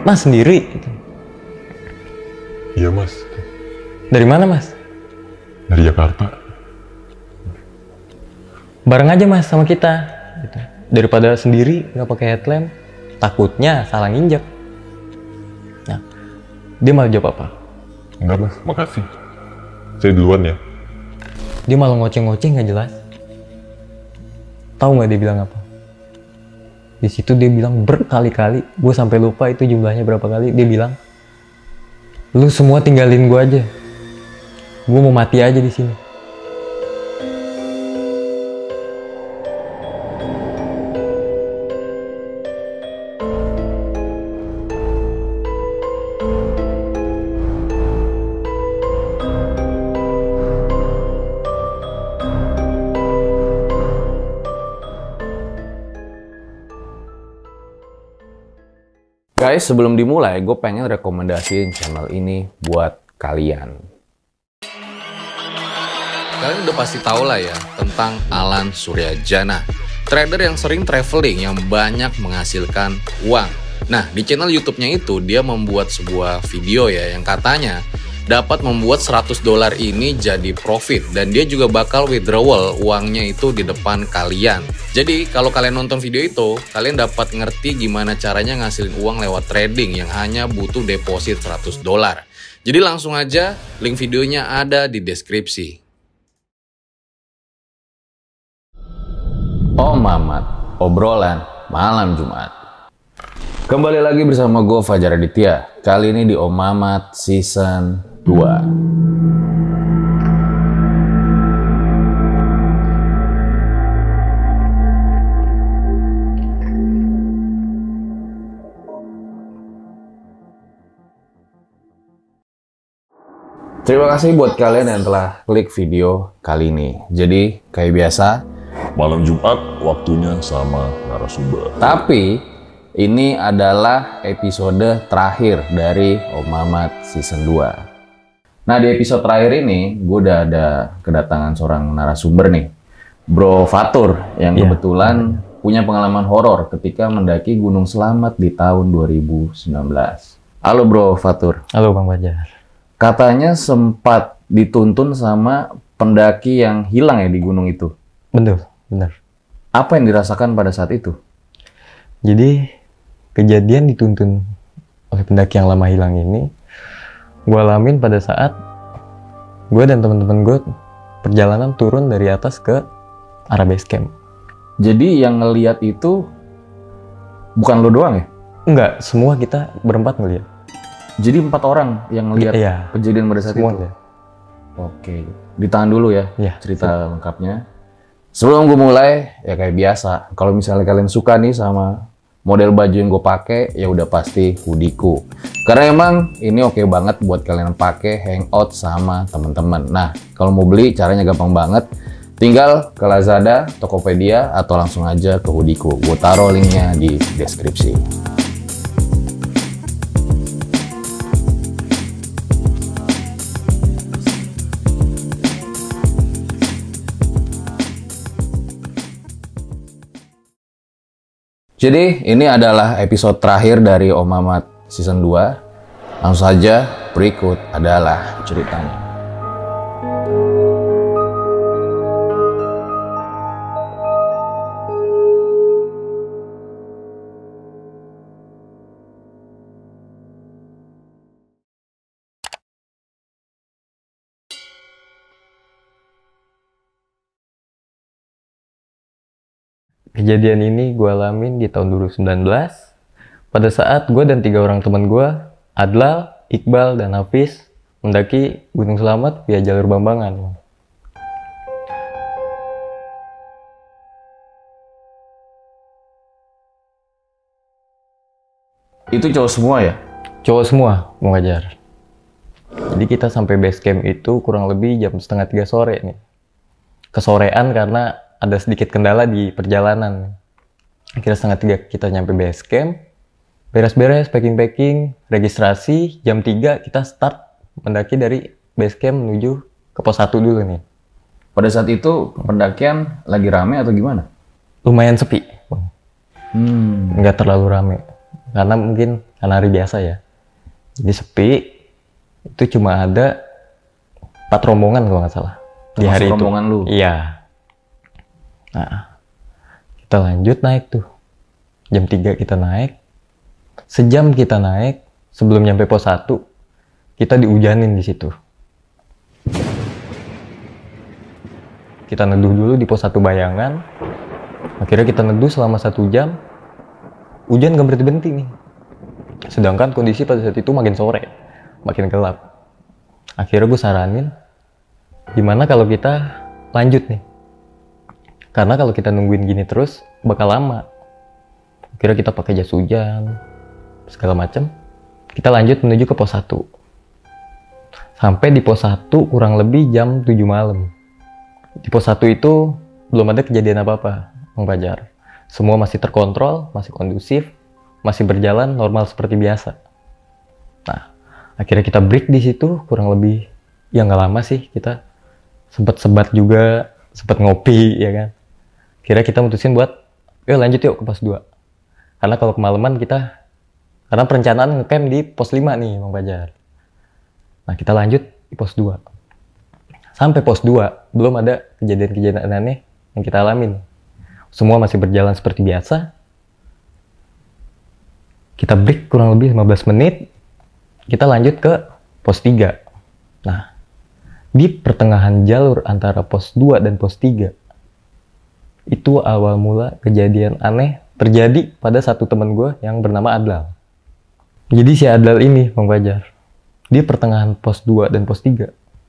Mas sendiri? Gitu. Iya mas. Dari mana mas? Dari Jakarta. Bareng aja mas sama kita. Gitu. Daripada sendiri nggak pakai headlamp, takutnya salah nginjek. Nah, dia malah jawab apa? Enggak mas, makasih. Saya duluan ya. Dia malah ngoceh-ngoceh nggak jelas. Tahu nggak dia bilang apa? Di situ dia bilang berkali-kali, gue sampai lupa itu jumlahnya berapa kali. Dia bilang, lu semua tinggalin gue aja. Gue mau mati aja di sini. Guys, sebelum dimulai, gue pengen rekomendasiin channel ini buat kalian. Kalian udah pasti tahu lah ya tentang Alan Suryajana, trader yang sering traveling yang banyak menghasilkan uang. Nah, di channel YouTube-nya itu dia membuat sebuah video ya yang katanya dapat membuat $100 ini jadi profit, dan dia juga bakal withdrawal uangnya itu di depan kalian. Jadi kalau kalian nonton video itu, kalian dapat ngerti gimana caranya ngasilin uang lewat trading yang hanya butuh deposit $100. Jadi langsung aja, link videonya ada di deskripsi. Om Mamat, obrolan malam Jumat. Kembali lagi bersama gue Fajar Aditya. Kali ini di Om Mamat Season 2. Terima kasih buat kalian yang telah klik video kali ini. Jadi kayak biasa, Malam Jumat waktunya sama narasumber. tapi ini adalah episode terakhir dari Om Mamat Season 2. Nah, di episode terakhir ini, gue udah ada kedatangan seorang narasumber nih. Bro Fatur, yang kebetulan punya pengalaman horor ketika mendaki Gunung Slamet di tahun 2019. Halo Bro Fatur. Halo Bang Fajar. Katanya sempat dituntun sama pendaki yang hilang ya di gunung itu. Bener, bener. Apa yang dirasakan pada saat itu? Jadi, kejadian dituntun oleh pendaki yang lama hilang ini, gue alamin pada saat gue dan teman-teman gue perjalanan turun dari atas ke arah base camp. Jadi yang ngelihat itu bukan lo doang ya? Enggak, semua kita berempat ngeliat. Jadi 4 orang yang ngelihat Iya, kejadian pada saat itu? semuanya. Oke, ditahan dulu ya Iya, cerita lengkapnya. Sebelum gue mulai, ya kayak biasa, kalau misalnya kalian suka nih sama model baju yang gue pakai, ya udah pasti hoodieku. Karena emang ini oke banget buat kalian pakai hangout sama teman-teman. Nah, kalau mau beli caranya gampang banget. Tinggal ke Lazada, Tokopedia, atau langsung aja ke hoodieku. Gue taruh linknya di deskripsi. Jadi ini adalah episode terakhir dari Om Mamat Season 2. Langsung saja, berikut adalah ceritanya. Kejadian ini gue alamin di tahun 2019 pada saat gue dan 3 orang teman gue, Adlal, Iqbal, dan Hafiz, mendaki Gunung Slamet via jalur Bambangan. Itu cowok semua ya? Cowok semua mau ngajar. Jadi kita sampai base camp itu kurang lebih jam setengah 3 sore nih. Kesorean karena ada sedikit kendala di perjalanan. Akhirnya setengah 3 kita nyampe base camp, beres-beres, packing-packing, registrasi, jam 3 kita start mendaki dari base camp menuju ke pos 1 dulu nih. Pada saat itu pendakian lagi rame atau gimana? Lumayan sepi, Bang. Nggak terlalu rame. Karena mungkin karena hari biasa ya. Jadi sepi, itu cuma ada 4 rombongan kalau nggak salah. Di hari itu. Rombongan lu? Iya. Nah, kita lanjut naik tuh. Jam 3 kita naik. Sejam kita naik, sebelum nyampe pos 1, kita dihujanin di situ. Kita neduh dulu di pos 1 Bayangan. Akhirnya kita neduh selama 1 jam. Hujan gak berhenti-berhenti nih. Sedangkan kondisi pada saat itu makin sore, makin gelap. Akhirnya gue saranin, gimana kalau kita lanjut nih? Karena kalau kita nungguin gini terus, bakal lama. Akhirnya kita pakai jas hujan, segala macam. Kita lanjut menuju ke pos 1. Sampai di pos 1 kurang lebih jam 7 malam. Di pos 1 itu belum ada kejadian apa-apa, Bang Fajar. Semua masih terkontrol, masih kondusif, masih berjalan normal seperti biasa. Nah, akhirnya kita break di situ kurang lebih, ya nggak lama sih, kita sempat sebat juga, sempat ngopi, ya kan. Akhirnya kita mutusin buat, yuk lanjut yuk ke pos 2. Karena kalau kemalaman kita, karena perencanaan ngecamp di pos 5 nih, Bang Fajar. Nah, kita lanjut di pos 2. Sampai pos 2, belum ada kejadian-kejadian aneh yang kita alamin. Semua masih berjalan seperti biasa. Kita break kurang lebih 15 menit. Kita lanjut ke pos 3. Nah, di pertengahan jalur antara pos 2 dan pos 3, itu awal mula kejadian aneh terjadi pada satu teman gue yang bernama Adlal. Jadi si Adlal ini, Bang Fajar, di pertengahan pos 2 dan pos 3,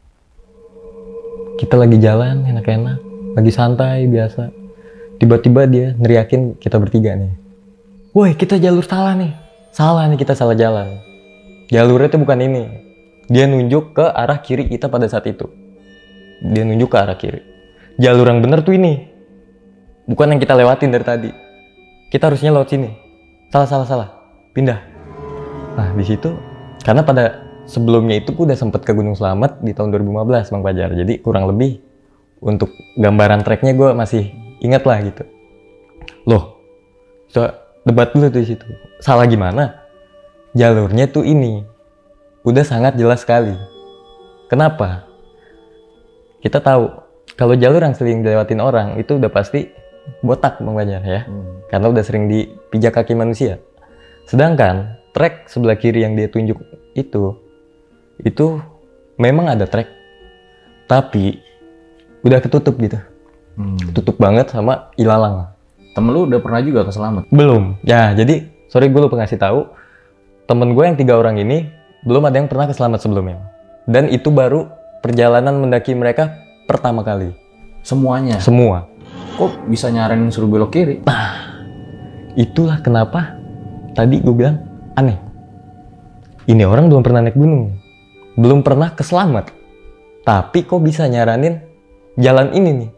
kita lagi jalan enak-enak, lagi santai biasa. Tiba-tiba dia neriakin kita bertiga nih. Woi, kita jalur salah nih. Salah nih, kita salah jalan. Jalurnya itu bukan ini. Dia nunjuk ke arah kiri kita pada saat itu. Dia nunjuk ke arah kiri. Jalur yang bener tuh ini. Bukan yang kita lewatin dari tadi. Kita harusnya lewat sini. Salah. Pindah. Nah, di situ, karena pada sebelumnya itu gue udah sempet ke Gunung Slamet di tahun 2015, Bang Fajar. Jadi kurang lebih untuk gambaran treknya gue masih ingat lah gitu. Loh, coba debat dulu tuh di situ. Salah gimana? Jalurnya tuh ini. Udah sangat jelas sekali. Kenapa? Kita tahu kalau jalur yang sering dilewatin orang itu udah pasti botak, Bang Fajar ya. Karena udah sering dipijak kaki manusia. Sedangkan trek sebelah kiri yang dia tunjuk itu memang ada trek, tapi udah ketutup gitu. Ketutup banget sama ilalang. Temen lu udah pernah juga ke Slamet? Belum. Ya, jadi sorry gue lupa ngasih tahu. Temen gue yang 3 orang ini belum ada yang pernah ke Slamet sebelumnya. Dan itu baru perjalanan mendaki mereka pertama kali. Semuanya? Semua. Kok bisa nyaranin suruh belok kiri? Nah, itulah kenapa tadi gue bilang aneh. Ini orang belum pernah naik gunung. Belum pernah ke Slamet. Tapi kok bisa nyaranin jalan ini nih.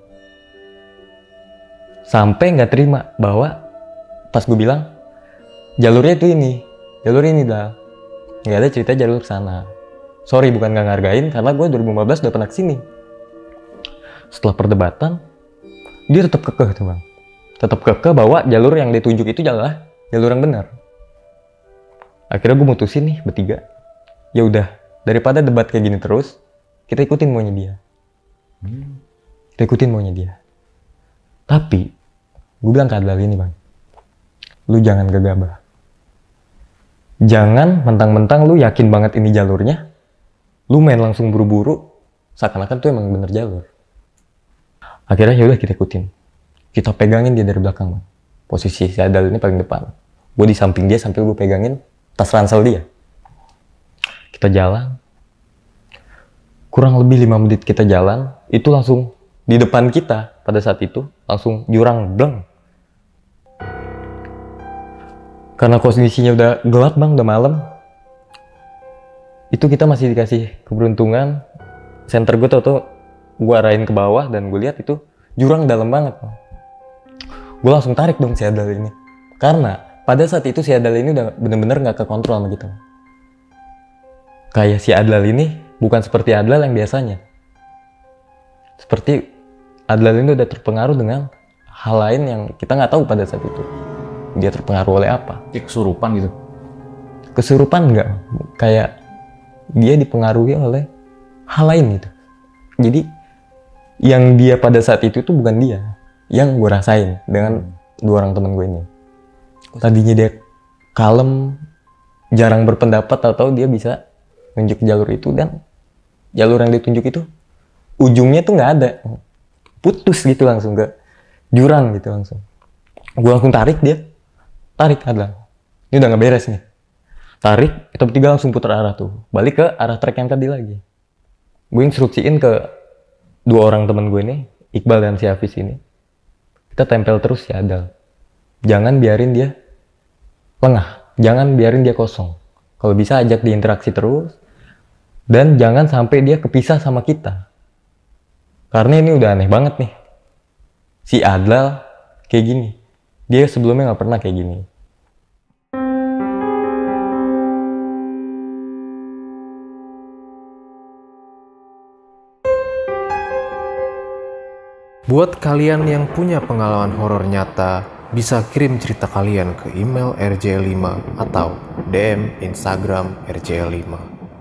Sampai nggak terima bahwa pas gue bilang jalurnya itu ini. Jalur ini dah. Nggak ada cerita jalur sana. Sorry bukan nggak ngargain karena gue 2015 udah pernah kesini. Setelah perdebatan, dia tetap kekeh tuh bang. Tetap kekeh bahwa jalur yang ditunjuk itu adalah jalur yang benar. Akhirnya gue mutusin nih bertiga. Ya udah, daripada debat kayak gini terus, kita ikutin maunya dia. Kita ikutin maunya dia. Tapi, gue bilang ke Adlal ini bang, lu jangan gegabah. Jangan mentang-mentang lu yakin banget ini jalurnya, lu main langsung buru-buru, seakan-akan tuh emang bener jalur. Akhirnya yaudah kita ikutin. Kita pegangin dia dari belakang bang. Posisi si Adlal ini paling depan. Gue di samping dia sampai gue pegangin tas ransel dia. Kita jalan. Kurang lebih 5 menit kita jalan, itu langsung di depan kita pada saat itu langsung jurang bleng. Karena kondisinya udah gelap bang, udah malam. Itu kita masih dikasih keberuntungan. Center gue tau gue arahin ke bawah dan gue lihat itu jurang dalam banget bang. Gue langsung tarik dong si Adlal ini. Karena pada saat itu si Adlal ini udah bener-bener gak kekontrol sama kita. Kayak si Adlal ini bukan seperti Adlal yang biasanya. Seperti Adlal ini udah terpengaruh dengan hal lain yang kita nggak tahu pada saat itu. Dia terpengaruh oleh apa? Kayak kesurupan gitu? Kesurupan nggak, kayak dia dipengaruhi oleh hal lain gitu. Jadi yang dia pada saat itu tuh bukan dia, yang gue rasain dengan dua orang teman gue ini. Tadinya dia kalem, jarang berpendapat, atau dia bisa nunjuk jalur itu, dan jalur yang ditunjuk itu ujungnya tuh nggak ada, putus gitu langsung ke jurang gitu langsung. Gue langsung tarik, dia tarik, adalah ini udah nggak beres nih. Tarik, kita bertiga langsung putar arah tuh, balik ke arah trek yang tadi lagi. Gue instruksiin ke dua orang temen gue nih, Iqbal dan si Hafiz ini, kita tempel terus si Adal. Jangan biarin dia lengah, jangan biarin dia kosong. Kalau bisa ajak diinteraksi terus, dan jangan sampai dia kepisah sama kita. Karena ini udah aneh banget nih. Si Adal kayak gini, dia sebelumnya nggak pernah kayak gini. Buat kalian yang punya pengalaman horor nyata, bisa kirim cerita kalian ke email rjl5 atau DM Instagram rjl5.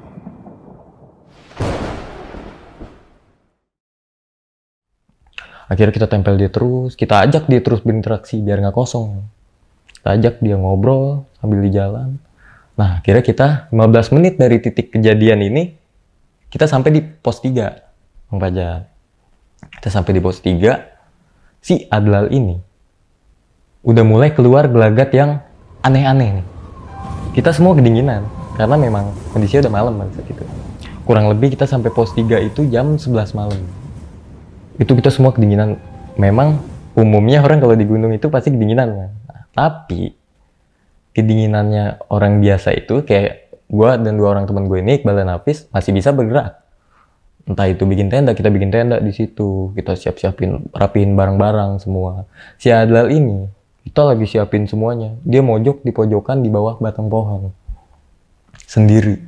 Akhirnya kita tempel dia terus, kita ajak dia terus berinteraksi biar nggak kosong. Kita ajak dia ngobrol sambil di jalan. Nah, akhirnya kita 15 menit dari titik kejadian ini, kita sampai di pos 3, Bang Fajar. Kita sampai di pos 3, si Adlal ini udah mulai keluar gelagat yang aneh-aneh nih. Kita semua kedinginan, karena memang kondisinya udah malam saat itu. Kurang lebih kita sampai pos 3 itu jam 11 malam. Itu kita semua kedinginan. Memang umumnya orang kalau di gunung itu pasti kedinginan kan. Nah, tapi kedinginannya orang biasa itu kayak gue dan dua orang teman gue ini, Iqbal dan Hafiz, masih bisa bergerak. Entah itu bikin tenda, kita bikin tenda di situ, kita siap-siapin, rapihin barang-barang semua. Si Adlal ini, kita lagi siapin semuanya. Dia mojok di pojokan di bawah batang pohon, sendiri.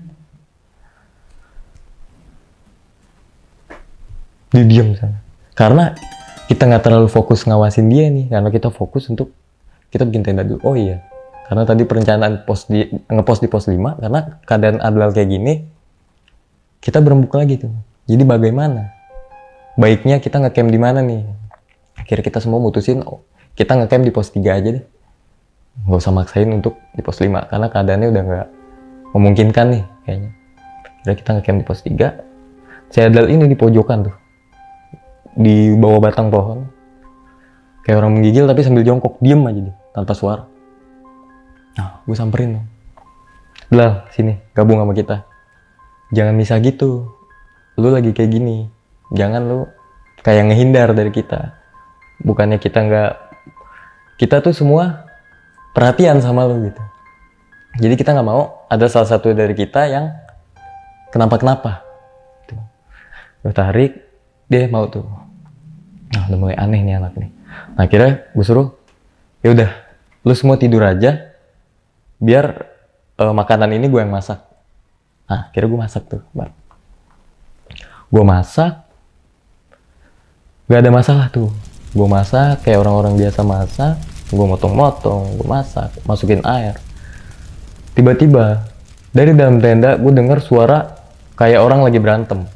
Dia diam sana. Karena kita nggak terlalu fokus ngawasin dia nih, karena kita fokus untuk kita bikin tenda dulu. Oh iya, karena tadi perencanaan ngepost di pos 5, karena keadaan Adlal kayak gini, kita berembuk lagi tuh. Jadi bagaimana? Baiknya kita ngecamp di mana nih? Akhirnya kita semua mutusin, kita ngecamp di pos 3 aja deh. Nggak usah maksain untuk di pos 5, karena keadaannya udah nggak memungkinkan nih kayaknya. Akhirnya kita ngecamp di pos 3. Saya Adlal ini di pojokan tuh, di bawah batang pohon. Kayak orang menggigil tapi sambil jongkok, diem aja deh, tanpa suara. Nah, gue samperin tuh. Adlal, sini, gabung sama kita. Jangan misah gitu. Lu lagi kayak gini, jangan lu kayak ngehindar dari kita. Bukannya kita tuh semua perhatian sama lu gitu. Jadi kita nggak mau ada salah satu dari kita yang kenapa-kenapa. Lu tarik, dia mau tuh. Nah, udah mulai aneh nih anak nih. Nah, akhirnya gue suruh, ya udah, lu semua tidur aja, biar makanan ini gue yang masak. Nah, akhirnya gue masak tuh, Bang. Gue masak, gak ada masalah tuh. Gue masak kayak orang-orang biasa masak. Gue motong-motong, gue masak, masukin air. Tiba-tiba dari dalam tenda gue denger suara kayak orang lagi berantem.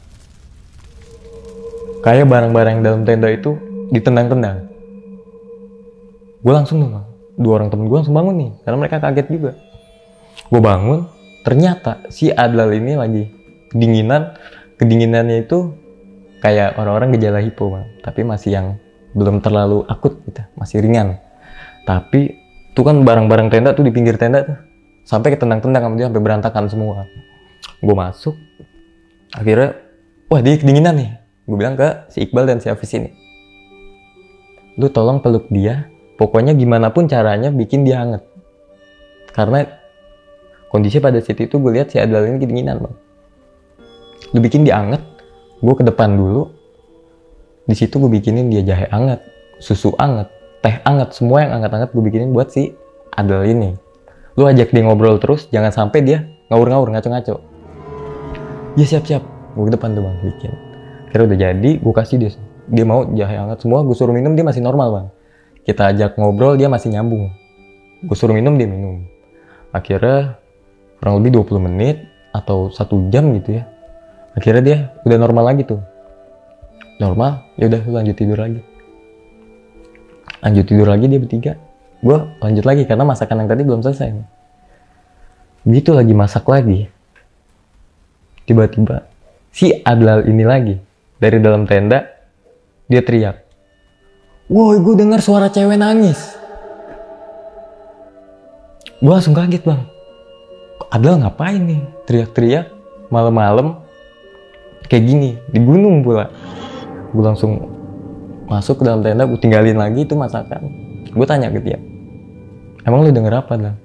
Kayak barang-barang dalam tenda itu ditendang-tendang. Gue langsung tuh, dua orang temen gue langsung bangun nih, karena mereka kaget juga. Gue bangun, ternyata si Adlal ini lagi kedinginan. Kedinginannya itu kayak orang-orang gejala hipo, Bang. Tapi masih yang belum terlalu akut gitu, masih ringan. Tapi tuh kan barang-barang tenda tuh di pinggir tenda tuh sampai ketendang-tendang sama dia, sampai berantakan semua. Gue masuk, akhirnya, wah dia kedinginan nih. Gue bilang ke si Iqbal dan si Hafiz ini, lu tolong peluk dia, pokoknya gimana pun caranya bikin dia hangat. Karena kondisi pada saat itu gue lihat si Adlal ini kedinginan, Bang. Lu bikin dia anget, gue ke depan dulu. Di situ gue bikinin dia jahe anget, susu anget, teh anget, semua yang anget-anget gue bikinin buat si Adlal ini. Lu ajak dia ngobrol terus, jangan sampai dia ngawur-ngawur, ngaco-ngaco. Ya siap-siap, gue ke depan tuh, Bang, bikin. Akhirnya udah jadi, gue kasih dia mau jahe anget semua, gue suruh minum, dia masih normal, Bang. Kita ajak ngobrol, dia masih nyambung. Gue suruh minum, dia minum. Akhirnya kurang lebih 20 menit atau 1 jam gitu ya. Akhirnya dia udah normal lagi tuh. Normal, ya udah lanjut tidur lagi. Lanjut tidur lagi dia bertiga. Gue lanjut lagi karena masakan yang tadi belum selesai. Begitu lagi masak lagi. Tiba-tiba si Adlal ini lagi dari dalam tenda dia teriak. Woi, gue dengar suara cewek nangis. Gue langsung kaget bang. Adlal ngapain nih teriak-teriak malam-malam kayak gini di gunung pula. Gue langsung masuk ke dalam tenda, gue tinggalin lagi itu masakan. Gue tanya ke dia, emang lu denger apa Dal?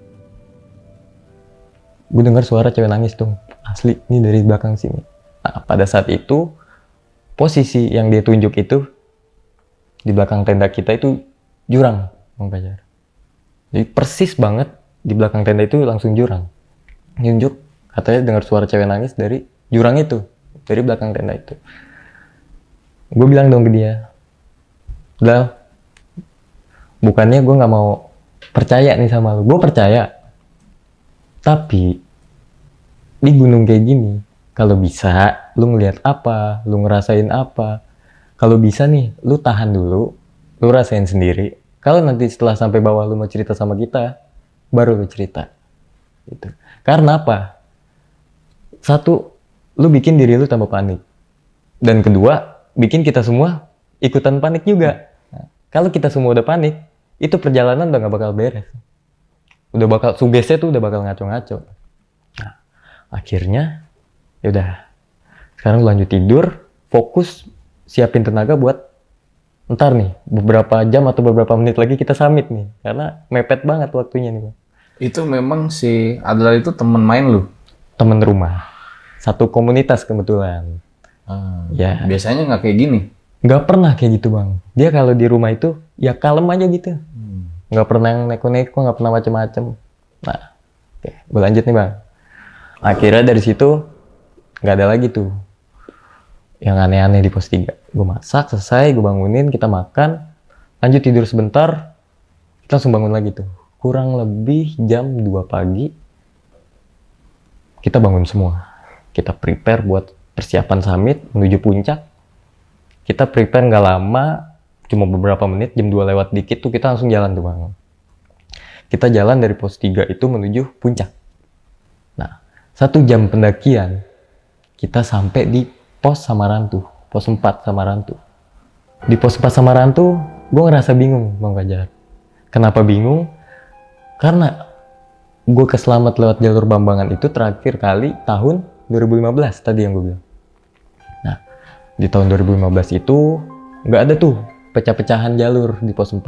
Gue dengar suara cewek nangis tuh, asli, ini dari belakang sini. Nah, pada saat itu posisi yang dia tunjuk itu di belakang tenda kita itu jurang, Bang Fajar. Jadi persis banget di belakang tenda itu langsung jurang. Nunjuk katanya dengar suara cewek nangis dari jurang itu, dari belakang tenda itu. Gue bilang dong ke dia, Dal, bukannya gue nggak mau percaya nih sama lu, gue percaya. Tapi di gunung kayak gini, kalau bisa lu ngeliat apa, lu ngerasain apa, kalau bisa nih lu tahan dulu, lu rasain sendiri. Kalau nanti setelah sampai bawah lu mau cerita sama kita, baru lu cerita. Gitu. Karena apa? Satu, lu bikin diri lu tambah panik. Dan kedua, bikin kita semua ikutan panik juga. Nah, kalau kita semua udah panik, itu perjalanan udah gak bakal beres. Udah bakal, sugesnya tuh udah bakal ngaco-ngaco. Nah, akhirnya, yaudah. Sekarang lu lanjut tidur, fokus, siapin tenaga buat ntar nih, beberapa jam atau beberapa menit lagi kita summit nih. Karena mepet banget waktunya nih. Itu memang si Adlal itu teman main lu? Temen rumah. Satu komunitas kebetulan. Ya. Biasanya nggak kayak gini? Nggak pernah kayak gitu bang. Dia kalau di rumah itu ya kalem aja gitu. Nggak pernah yang neko-neko, nggak pernah macem-macem. Nah, oke, gue lanjut nih bang. Akhirnya dari situ nggak ada lagi tuh yang aneh-aneh di pos 3. Gue masak, selesai, gue bangunin, kita makan, lanjut tidur sebentar, kita langsung bangun lagi tuh. Kurang lebih jam 2 pagi, kita bangun semua. Kita prepare buat persiapan summit menuju puncak. Kita prepare nggak lama, cuma beberapa menit, jam 2 lewat dikit tuh kita langsung jalan tuh bang. Kita jalan dari pos 3 itu menuju puncak. Nah, 1 jam pendakian, kita sampai di pos Samarantu, pos 4 Samarantu. Di pos 4 Samarantu, gue ngerasa bingung Bang Fajar. Kenapa bingung? Karena gue keselamat lewat jalur Bambangan itu terakhir kali tahun 2015 tadi yang gue bilang. Nah, di tahun 2015 itu nggak ada tuh pecah-pecahan jalur di pos 4.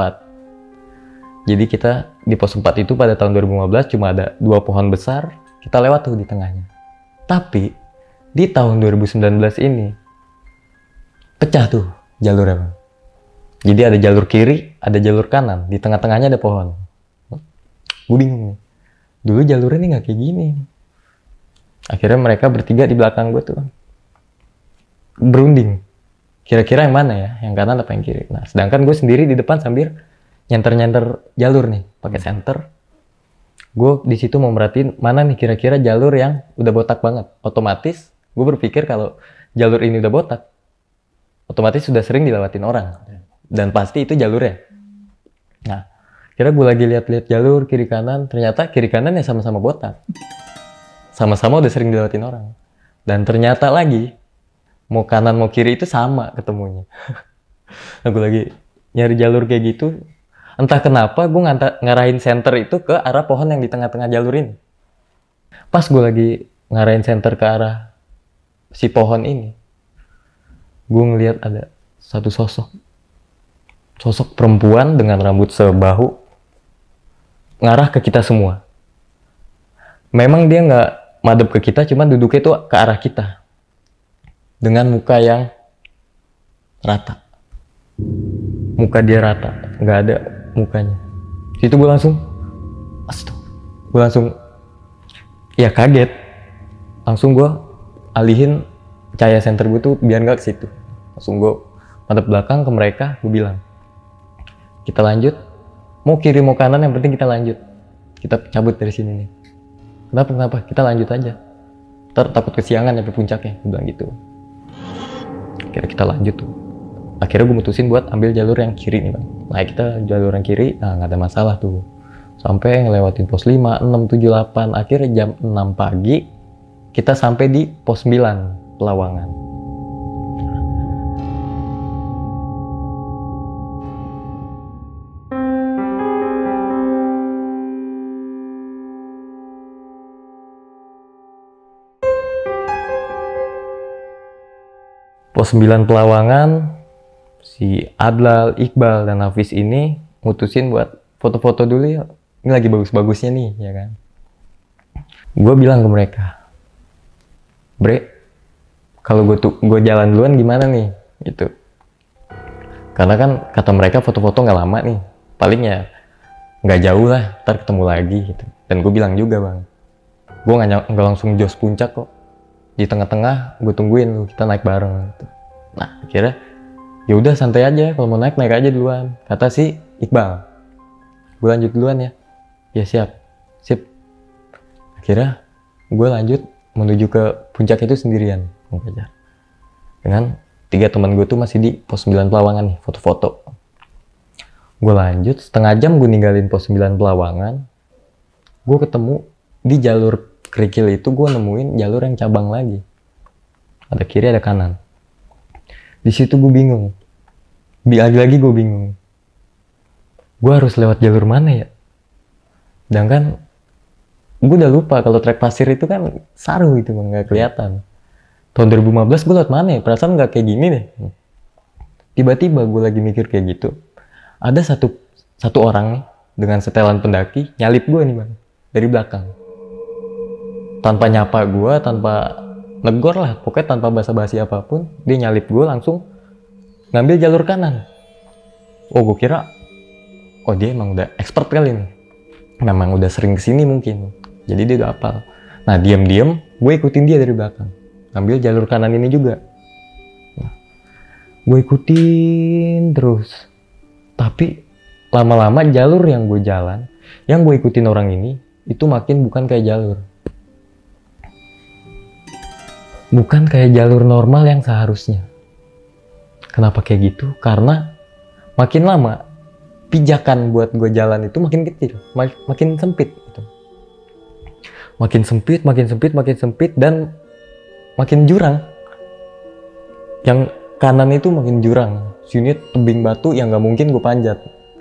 Jadi kita di pos 4 itu pada tahun 2015 cuma ada 2 pohon besar, kita lewat tuh di tengahnya. Tapi di tahun 2019 ini pecah tuh jalurnya. Jadi ada jalur kiri, ada jalur kanan, di tengah-tengahnya ada pohon. Gue bingung nih. Dulu jalurnya nih nggak kayak gini. Akhirnya mereka bertiga di belakang gue tuh berunding. Kira-kira yang mana ya? Yang kanan apa yang kiri? Nah, sedangkan gue sendiri di depan sambil nyenter-nyenter jalur nih, pakai senter. Gue di situ mau merhatiin mana nih kira-kira jalur yang udah botak banget. Otomatis gue berpikir kalau jalur ini udah botak, otomatis sudah sering dilewatin orang. Dan pasti itu jalurnya. Nah, kira gue lagi lihat-lihat jalur kiri kanan, ternyata kiri kanan ya sama-sama botak. Sama-sama udah sering dilewatin orang. Dan ternyata lagi, mau kanan mau kiri itu sama ketemunya. Nah, gue lagi nyari jalur kayak gitu, entah kenapa gue ngarahin senter itu ke arah pohon yang di tengah-tengah jalur ini. Pas gue lagi ngarahin senter ke arah si pohon ini, gue ngeliat ada satu sosok. Sosok perempuan dengan rambut sebahu, ngarah ke kita semua. Memang dia nggak madep ke kita, cuman duduknya tuh ke arah kita. Dengan muka yang rata. Muka dia rata, nggak ada mukanya. Situ gue langsung, gue langsung, ya kaget. Langsung gue alihin cahaya senter gue tuh biar nggak ke situ. Langsung gue madep belakang ke mereka, gue bilang, kita lanjut. Mau kiri mau kanan yang penting kita lanjut. Kita cabut dari sini nih. Kenapa? Kita lanjut aja. Ntar takut kesiangan sampai puncaknya. Gue bilang gitu. Akhirnya kita lanjut tuh. Akhirnya gue mutusin buat ambil jalur yang kiri nih bang. Nah kita jalur yang kiri, nah nggak ada masalah tuh. Sampai ngelewatin pos 5, 6, 7, 8. Akhirnya jam 6 pagi, kita sampai di pos 9 Pelawangan. Pos 9 Pelawangan, si Adlal, Iqbal, dan Hafiz ini mutusin buat foto-foto dulu ya. Ini lagi bagus-bagusnya nih, ya kan. Gue bilang ke mereka, Bre, kalau gue jalan duluan gimana nih, gitu. Karena kan kata mereka foto-foto nggak lama nih, paling ya nggak jauh lah, ntar ketemu lagi gitu. Dan gue bilang juga bang, gue nggak langsung jos puncak kok. Di tengah-tengah gue tungguin lu, kita naik bareng gitu. Nah akhirnya ya udah santai aja, kalau mau naik aja duluan, kata si Iqbal. Gue lanjut duluan ya. Ya siap. Akhirnya gue lanjut menuju ke puncak itu sendirian, dengan 3 teman gue tuh masih di pos 9 Pelawangan nih, foto-foto. Gue lanjut, setengah jam gue ninggalin pos 9 Pelawangan. Gue ketemu di jalur kerikil itu, gue nemuin jalur yang cabang lagi. Ada kiri, ada kanan. Di situ gue bingung. Lagi-lagi gue bingung. Gue harus lewat jalur mana ya? Sedangkan gue udah lupa kalau trek pasir itu kan saru gitu, nggak kelihatan. Tahun 2015 gue lewat mana ya? Perasaan nggak kayak gini deh. Tiba-tiba gue lagi mikir kayak gitu. Ada satu orang nih dengan setelan pendaki nyalip gue nih bang dari belakang. Tanpa nyapa gue, tanpa negor lah, pokoknya tanpa basa-basi apapun, dia nyalip gue langsung ngambil jalur kanan. Oh gue kira, oh dia emang udah expert kali nih, memang udah sering kesini mungkin, jadi dia udah hafal. Nah diam-diam gue ikutin dia dari belakang, ngambil jalur kanan ini juga. Nah, gue ikutin terus, tapi lama-lama jalur yang gue jalan, yang gue ikutin orang ini, itu makin bukan kayak jalur. Bukan kayak jalur normal yang seharusnya. Kenapa kayak gitu? Karena makin lama pijakan buat gue jalan itu makin kecil, makin sempit gitu. Makin sempit dan makin jurang. Yang kanan itu makin jurang. Sini tebing batu yang nggak mungkin gue panjat.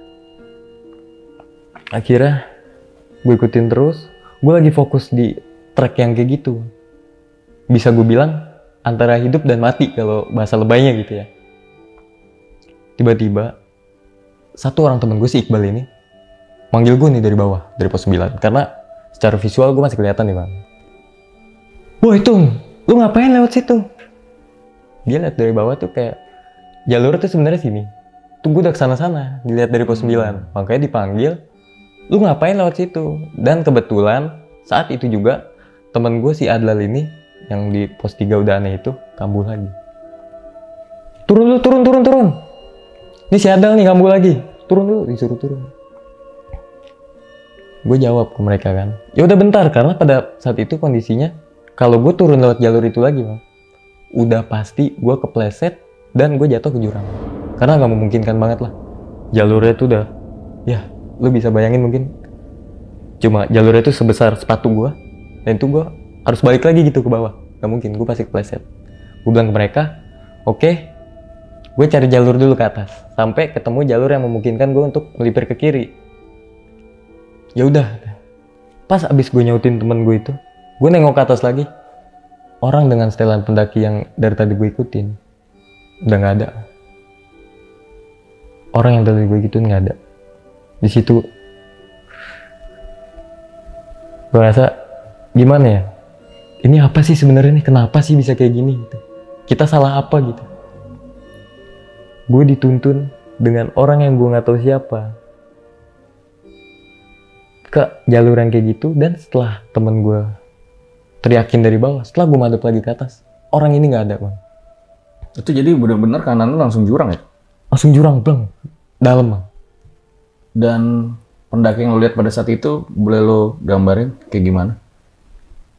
Akhirnya gue ikutin terus. Gue lagi fokus di trek yang kayak gitu. Bisa gue bilang antara hidup dan mati kalau bahasa lebaynya gitu ya. Tiba-tiba satu orang temen gue si Iqbal ini manggil gue nih dari bawah, dari pos 9, karena secara visual gue masih kelihatan nih bang. Woi Tung, lu ngapain lewat situ? Dia lihat dari bawah tuh kayak jalur tuh sebenarnya sini. Tuh gue udah kesana-sana, dilihat dari pos 9, makanya dipanggil, lu ngapain lewat situ? Dan kebetulan saat itu juga temen gue si Adlal ini yang di pos 3 udah aneh itu kambuh lagi. Turun. Ini si Adal nih kambuh lagi. Turun dulu, disuruh turun. Gue jawab ke mereka kan, ya udah bentar, karena pada saat itu kondisinya kalau gue turun lewat jalur itu lagi bang, udah pasti gue kepleset dan gue jatuh ke jurang. Karena nggak memungkinkan banget lah. Jalurnya tuh udah, ya lu bisa bayangin mungkin cuma jalurnya tuh sebesar sepatu gue, dan itu gue harus balik lagi gitu ke bawah. Gak mungkin, gue pasti kepleset. Gue bilang ke mereka, oke, gue cari jalur dulu ke atas sampai ketemu jalur yang memungkinkan gue untuk melipir ke kiri. Ya udah, pas abis gue nyautin temen gue itu, gue nengok ke atas lagi. Orang dengan setelan pendaki yang dari tadi gue ikutin udah nggak ada. Orang yang tadi gue ikutin nggak ada. Di situ gue rasa gimana ya? Ini apa sih sebenarnya nih? Kenapa sih bisa kayak gini gitu? Kita salah apa gitu? Gue dituntun dengan orang yang gue nggak tahu siapa ke jalur yang kayak gitu, dan setelah temen gue teriakin dari bawah, setelah gue madep lagi ke atas, orang ini nggak ada bang. Itu jadi benar-benar kanan lu langsung jurang ya? Langsung jurang bang, dalam bang. Dan pendaki yang lu lihat pada saat itu, boleh lu gambarin kayak gimana?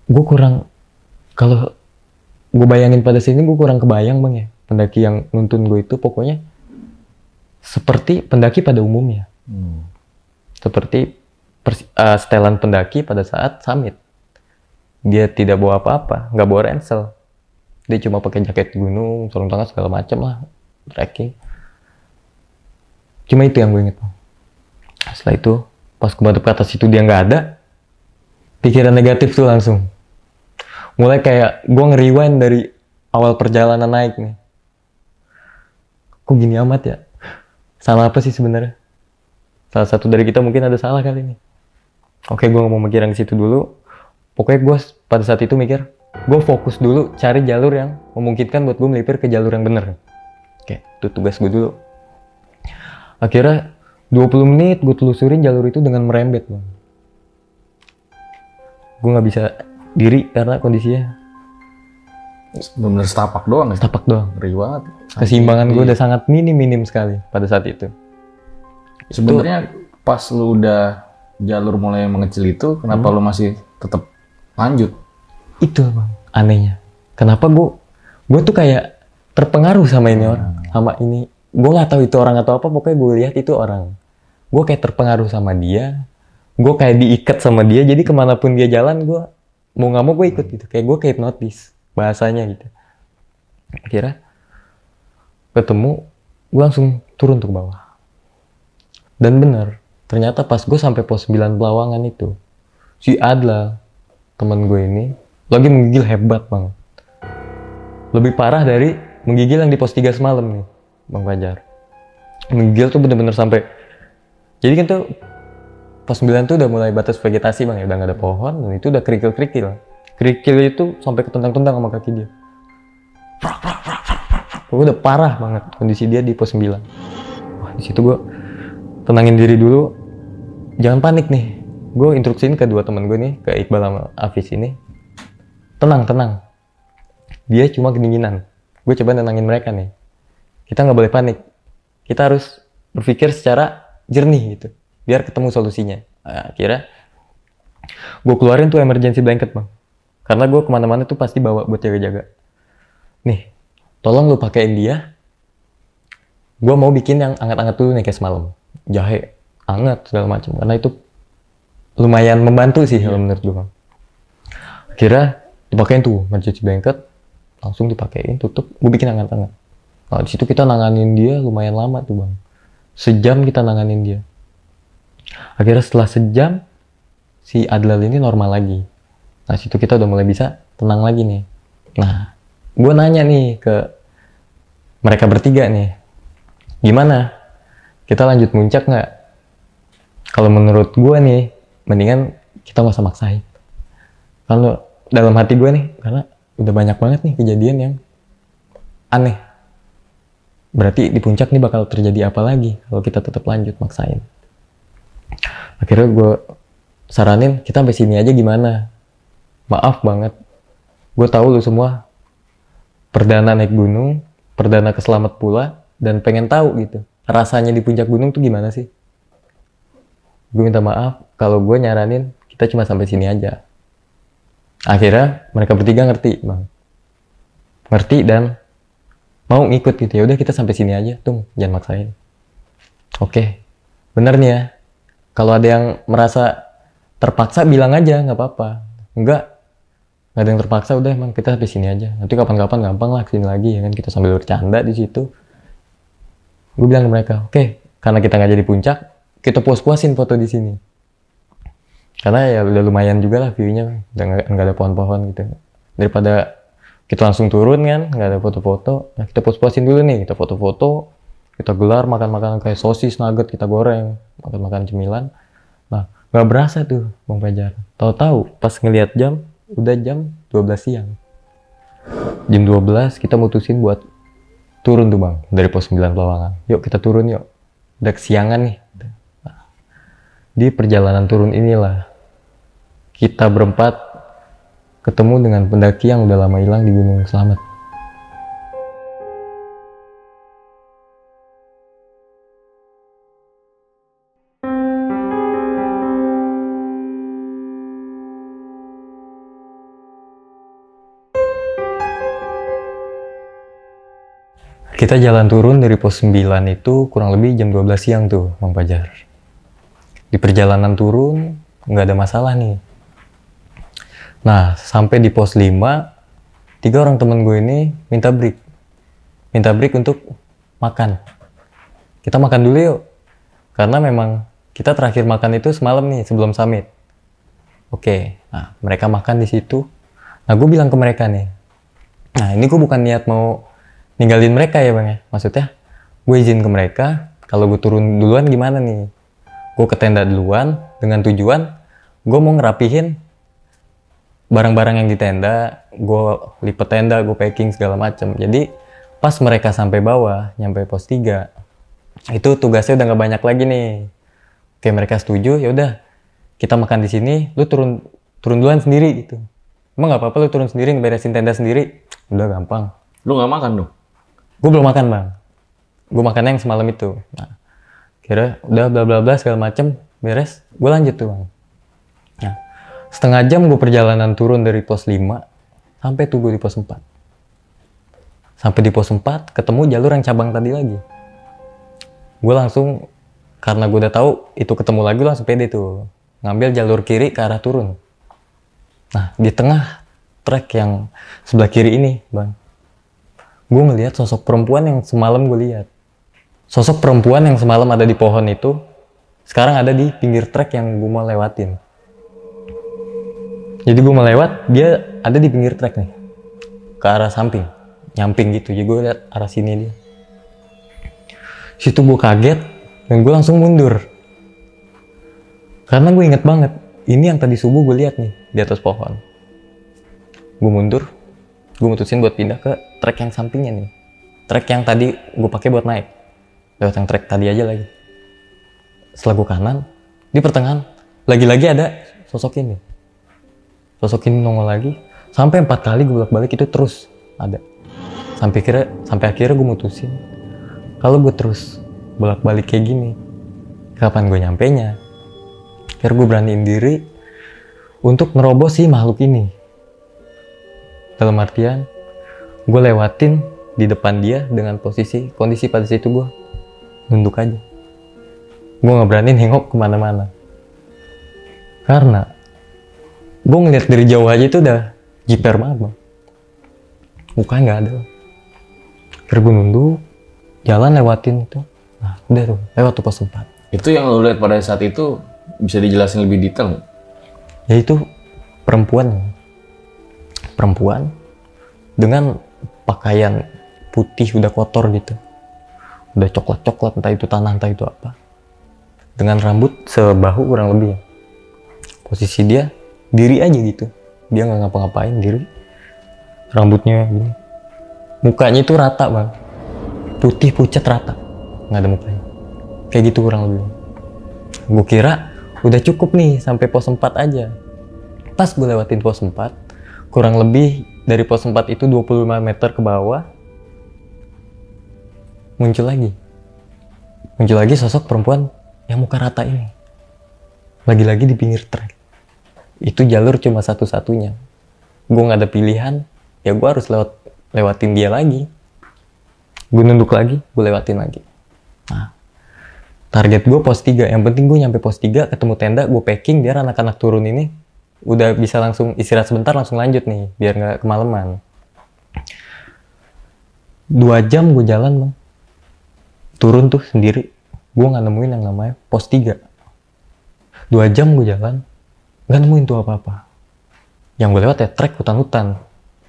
gue kurang, kalau gue bayangin pada sini gue kurang kebayang bang ya, pendaki yang nuntun gue itu pokoknya seperti pendaki pada umumnya. Seperti setelan pendaki pada saat summit. Dia tidak bawa apa-apa, nggak bawa ransel. Dia cuma pakai jaket gunung, sarung tangan segala macam lah, trekking. Cuma itu yang gue inget bang. Setelah itu, pas gue ke atas itu dia nggak ada, pikiran negatif tuh langsung. Mulai kayak gue nge-rewind dari awal perjalanan naik nih. Kok gini amat ya? Salah apa sih sebenarnya? Salah satu dari kita mungkin ada salah kali ini. Oke, gue gak mau mikirin ke situ dulu. Pokoknya gue pada saat itu mikir, gue fokus dulu cari jalur yang memungkinkan buat gue melipir ke jalur yang bener. Oke, itu tugas gue dulu. Akhirnya 20 menit gue telusurin jalur itu dengan merembet bang. Gue gak bisa diri karena kondisinya Bener-bener setapak doang ya? setapak doang. Ngeri banget. Keseimbangan gue udah sangat minim sekali pada saat itu. Sebenarnya pas lu udah jalur mulai mengecil itu, kenapa lu masih tetap lanjut? Itu bang, anehnya. Kenapa gue tuh kayak terpengaruh sama ini orang, sama ini. Gue nggak tahu itu orang atau apa, pokoknya gue lihat itu orang. Gue kayak terpengaruh sama dia. Gue kayak diikat sama dia, jadi kemanapun dia jalan, gue mau nggak mau gue ikut gitu. Kayak gue kayak hipnotis bahasanya gitu. Akhirnya ketemu, gue langsung turun tuh ke bawah. Dan bener, ternyata pas gue sampai pos 9 Pelawangan itu, si Adla, temen gue ini, lagi menggigil hebat banget. Lebih parah dari menggigil yang di pos 3 semalam nih, Bang Fajar. Menggigil tuh bener-bener sampai, jadi kan tuh pos 9 tuh udah mulai batas vegetasi bang ya, udah gak ada pohon, dan itu udah kerikil-kerikil. Kerikil itu sampai ketendang-tendang sama kaki dia. Udah parah banget kondisi dia di pos 9. Wah, di situ gue tenangin diri dulu, jangan panik nih. Gue instruksiin ke dua teman gue nih, ke Iqbal sama Afis ini, tenang. Dia cuma kedinginan. Gue coba nenangin mereka nih. Kita nggak boleh panik. Kita harus berpikir secara jernih gitu, biar ketemu solusinya. Nah, akhirnya gue keluarin tuh emergency blanket bang, karena gue kemana-mana tuh pasti bawa buat jaga-jaga. Nih, tolong lu pakein dia. Gue mau bikin yang anget-anget dulu nih kayak semalam. Jahe hangat segala macam, karena itu lumayan membantu sih kalau menurut gue bang. Akhirnya dipakein tuh emergency blanket, langsung dipakein, tutup, gue bikin hangat-hangat. Nah di situ kita nanganin dia lumayan lama tuh bang, sejam kita nanganin dia. Akhirnya setelah sejam si Adlal ini normal lagi. Nah situ kita udah mulai bisa tenang lagi nih. Nah gue nanya nih ke mereka bertiga nih, gimana? Kita lanjut muncak nggak? Kalau menurut gue nih, mendingan kita nggak usah maksain. Kalau dalam hati gue nih, karena udah banyak banget nih kejadian yang aneh. Berarti di puncak nih bakal terjadi apa lagi kalau kita tetap lanjut maksain. Akhirnya gue saranin kita sampai sini aja gimana? Maaf banget, gue tahu lu semua perdana naik gunung, perdana keselamat pula, dan pengen tahu gitu rasanya di puncak gunung tuh gimana sih. Gue minta maaf kalau gue nyaranin kita cuma sampai sini aja. Akhirnya mereka bertiga ngerti bang, ngerti dan mau ngikut gitu. Ya udah kita sampai sini aja, tuh jangan maksain. Oke, bener nih ya. Kalau ada yang merasa terpaksa bilang aja, nggak apa-apa. Enggak ada yang terpaksa, udah emang kita sampai sini aja. Nanti kapan-kapan gampang lah kesini lagi ya kan, kita sambil bercanda di situ. Gue bilang ke mereka, oke, karena kita nggak jadi puncak, kita puas-puasin foto di sini. Karena ya udah lumayan juga lah view-nya, udah nggak ada pohon-pohon gitu. Daripada kita langsung turun kan, nggak ada foto-foto, nah kita puas-puasin dulu nih, kita foto-foto, kita gelar makan-makan kayak sosis, nugget, kita goreng, makan-makan cemilan. Nah, nggak berasa tuh Bang Fajar. Tahu-tahu pas ngelihat jam, udah jam 12 siang. Jam 12 kita mutusin buat turun tuh bang, dari pos 9 Pelawangan. Yuk kita turun yuk, udah kesiangan nih. Nah, di perjalanan turun inilah kita berempat ketemu dengan pendaki yang udah lama hilang di Gunung Slamet. Kita jalan turun dari pos 9 itu kurang lebih jam 12 siang tuh, Bang Fajar. Di perjalanan turun, nggak ada masalah nih. Nah, sampai di pos 5, 3 orang temen gue ini minta break. Minta break untuk makan. Kita makan dulu yuk. Karena memang kita terakhir makan itu semalam nih, sebelum summit. Oke, nah mereka makan di situ. Nah, gue bilang ke mereka nih. Nah, ini gue bukan niat mau ninggalin mereka ya Bang ya. Maksudnya, gue izin ke mereka, kalau gue turun duluan gimana nih? Gue ke tenda duluan, dengan tujuan, gue mau ngerapihin barang-barang yang di tenda, gue lipet tenda, gue packing segala macem. Jadi, pas mereka sampai bawah, nyampe pos 3, itu tugasnya udah nggak banyak lagi nih. Oke, mereka setuju, ya udah kita makan di sini, lu turun duluan sendiri gitu. Emang nggak apa-apa lu turun sendiri, ngeberesin tenda sendiri, udah gampang. Lu nggak makan dong? Gue belum makan Bang, gue makannya yang semalam itu. Nah, kira udah bla bla bla segala macem beres, gue lanjut tuh Bang. Nah, setengah jam gue perjalanan turun dari pos 5 sampai tuh gue di pos 4. Sampai di pos 4 ketemu jalur yang cabang tadi lagi. Gue langsung, karena gue udah tahu itu ketemu lagi, langsung pede tuh ngambil jalur kiri ke arah turun. Nah, di tengah trek yang sebelah kiri ini Bang, gue ngelihat sosok perempuan yang semalam gue lihat. Sosok perempuan yang semalam ada di pohon itu, sekarang ada di pinggir trek yang gue mau lewatin. Jadi gue mau lewat, dia ada di pinggir trek nih, ke arah samping, nyamping gitu. Jadi gue lihat arah sini dia. Situ gue kaget, dan gue langsung mundur. Karena gue inget banget, ini yang tadi subuh gue lihat nih, di atas pohon. Gue mundur, gue mutusin buat pindah ke trek yang sampingnya nih. Trek yang tadi gue pakai buat naik. Lewat yang trek tadi aja lagi. Setelah gue kanan, di pertengahan, lagi-lagi ada sosok ini. Sosok ini nongol lagi, sampai 4 kali gue bolak-balik itu terus ada. Sampai akhirnya gue mutusin, kalau gue terus bolak-balik kayak gini, kapan gue nyampenya? Akhirnya gue beraniin diri untuk nerobos si makhluk ini. Dalam artian, gue lewatin di depan dia dengan kondisi pada situ gue nunduk aja. Gue nggak berani nengok kemana-mana. Karena gue ngeliat dari jauh aja itu udah jiper banget Bang. Mukanya nggak ada. Akhirnya gue nunduk, jalan lewatin itu. Nah, udah tuh, lewat tuh pos 4. Itu yang lo lihat pada saat itu bisa dijelasin lebih detail nggak? Ya itu perempuan dengan pakaian putih udah kotor gitu, udah coklat entah itu tanah entah itu apa, dengan rambut sebahu kurang lebih. Posisi dia diri aja gitu, dia nggak ngapa-ngapain, diri, rambutnya gini, mukanya itu rata Bang, putih pucat rata, nggak ada mukanya, kayak gitu kurang lebih. Gue kira udah cukup nih sampai pos 4 aja. Pas gue lewatin pos 4, kurang lebih dari pos 4 itu 25 meter ke bawah, muncul lagi sosok perempuan yang muka rata ini. Lagi-lagi di pinggir trek. Itu jalur cuma satu-satunya. Gue nggak ada pilihan, ya gue harus lewatin dia lagi. Gue nunduk lagi, gue lewatin lagi. Nah, target gue pos 3. Yang penting gue nyampe pos 3, ketemu tenda, gue packing biar anak-anak turun ini udah bisa langsung istirahat sebentar, langsung lanjut nih, biar nggak kemalaman. 2 jam gue jalan Bang. Turun tuh sendiri, gue nggak nemuin yang namanya pos 3. 2 jam gue jalan, nggak nemuin tuh apa-apa. Yang gue lewat ya trek hutan-hutan.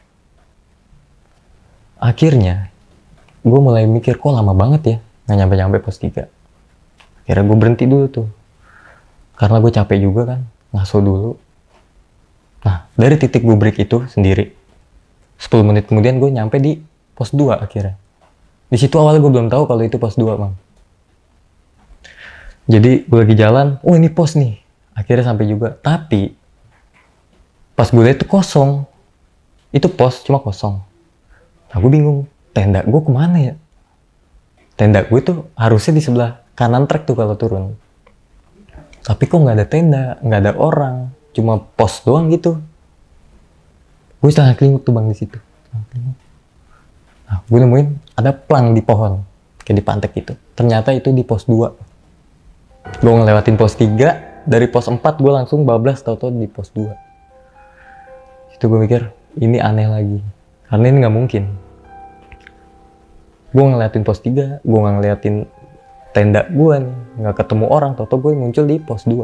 Akhirnya, gue mulai mikir, kok lama banget ya, nggak nyampe-nyampe pos 3. Akhirnya gue berhenti dulu tuh. Karena gue capek juga kan, ngaso dulu. Nah, dari titik gue break itu sendiri, 10 menit kemudian gue nyampe di pos 2 akhirnya. Di situ awalnya gue belum tahu kalau itu pos 2 Bang. Jadi gue lagi jalan, oh ini pos nih. Akhirnya sampai juga. Tapi pas gue lihat itu kosong. Itu pos cuma kosong. Nah gue bingung, tenda gue kemana ya? Tenda gue tuh harusnya di sebelah kanan trek tuh kalau turun. Tapi kok nggak ada tenda, nggak ada orang, cuma pos doang gitu. Gue setengah kelinguk tuh Bang di situ. Nah, gue nemuin ada plang di pohon, kayak di pantek gitu. Ternyata itu di pos 2. Gue ngelewatin pos 3, dari pos 4 gue langsung bablas tau-tau di pos 2. Itu gue mikir, ini aneh lagi. Karena ini nggak mungkin. Gue ngeliatin pos 3, gue nggak ngeliatin tenda gue nih, nggak ketemu orang, tau-tau gue muncul di pos 2.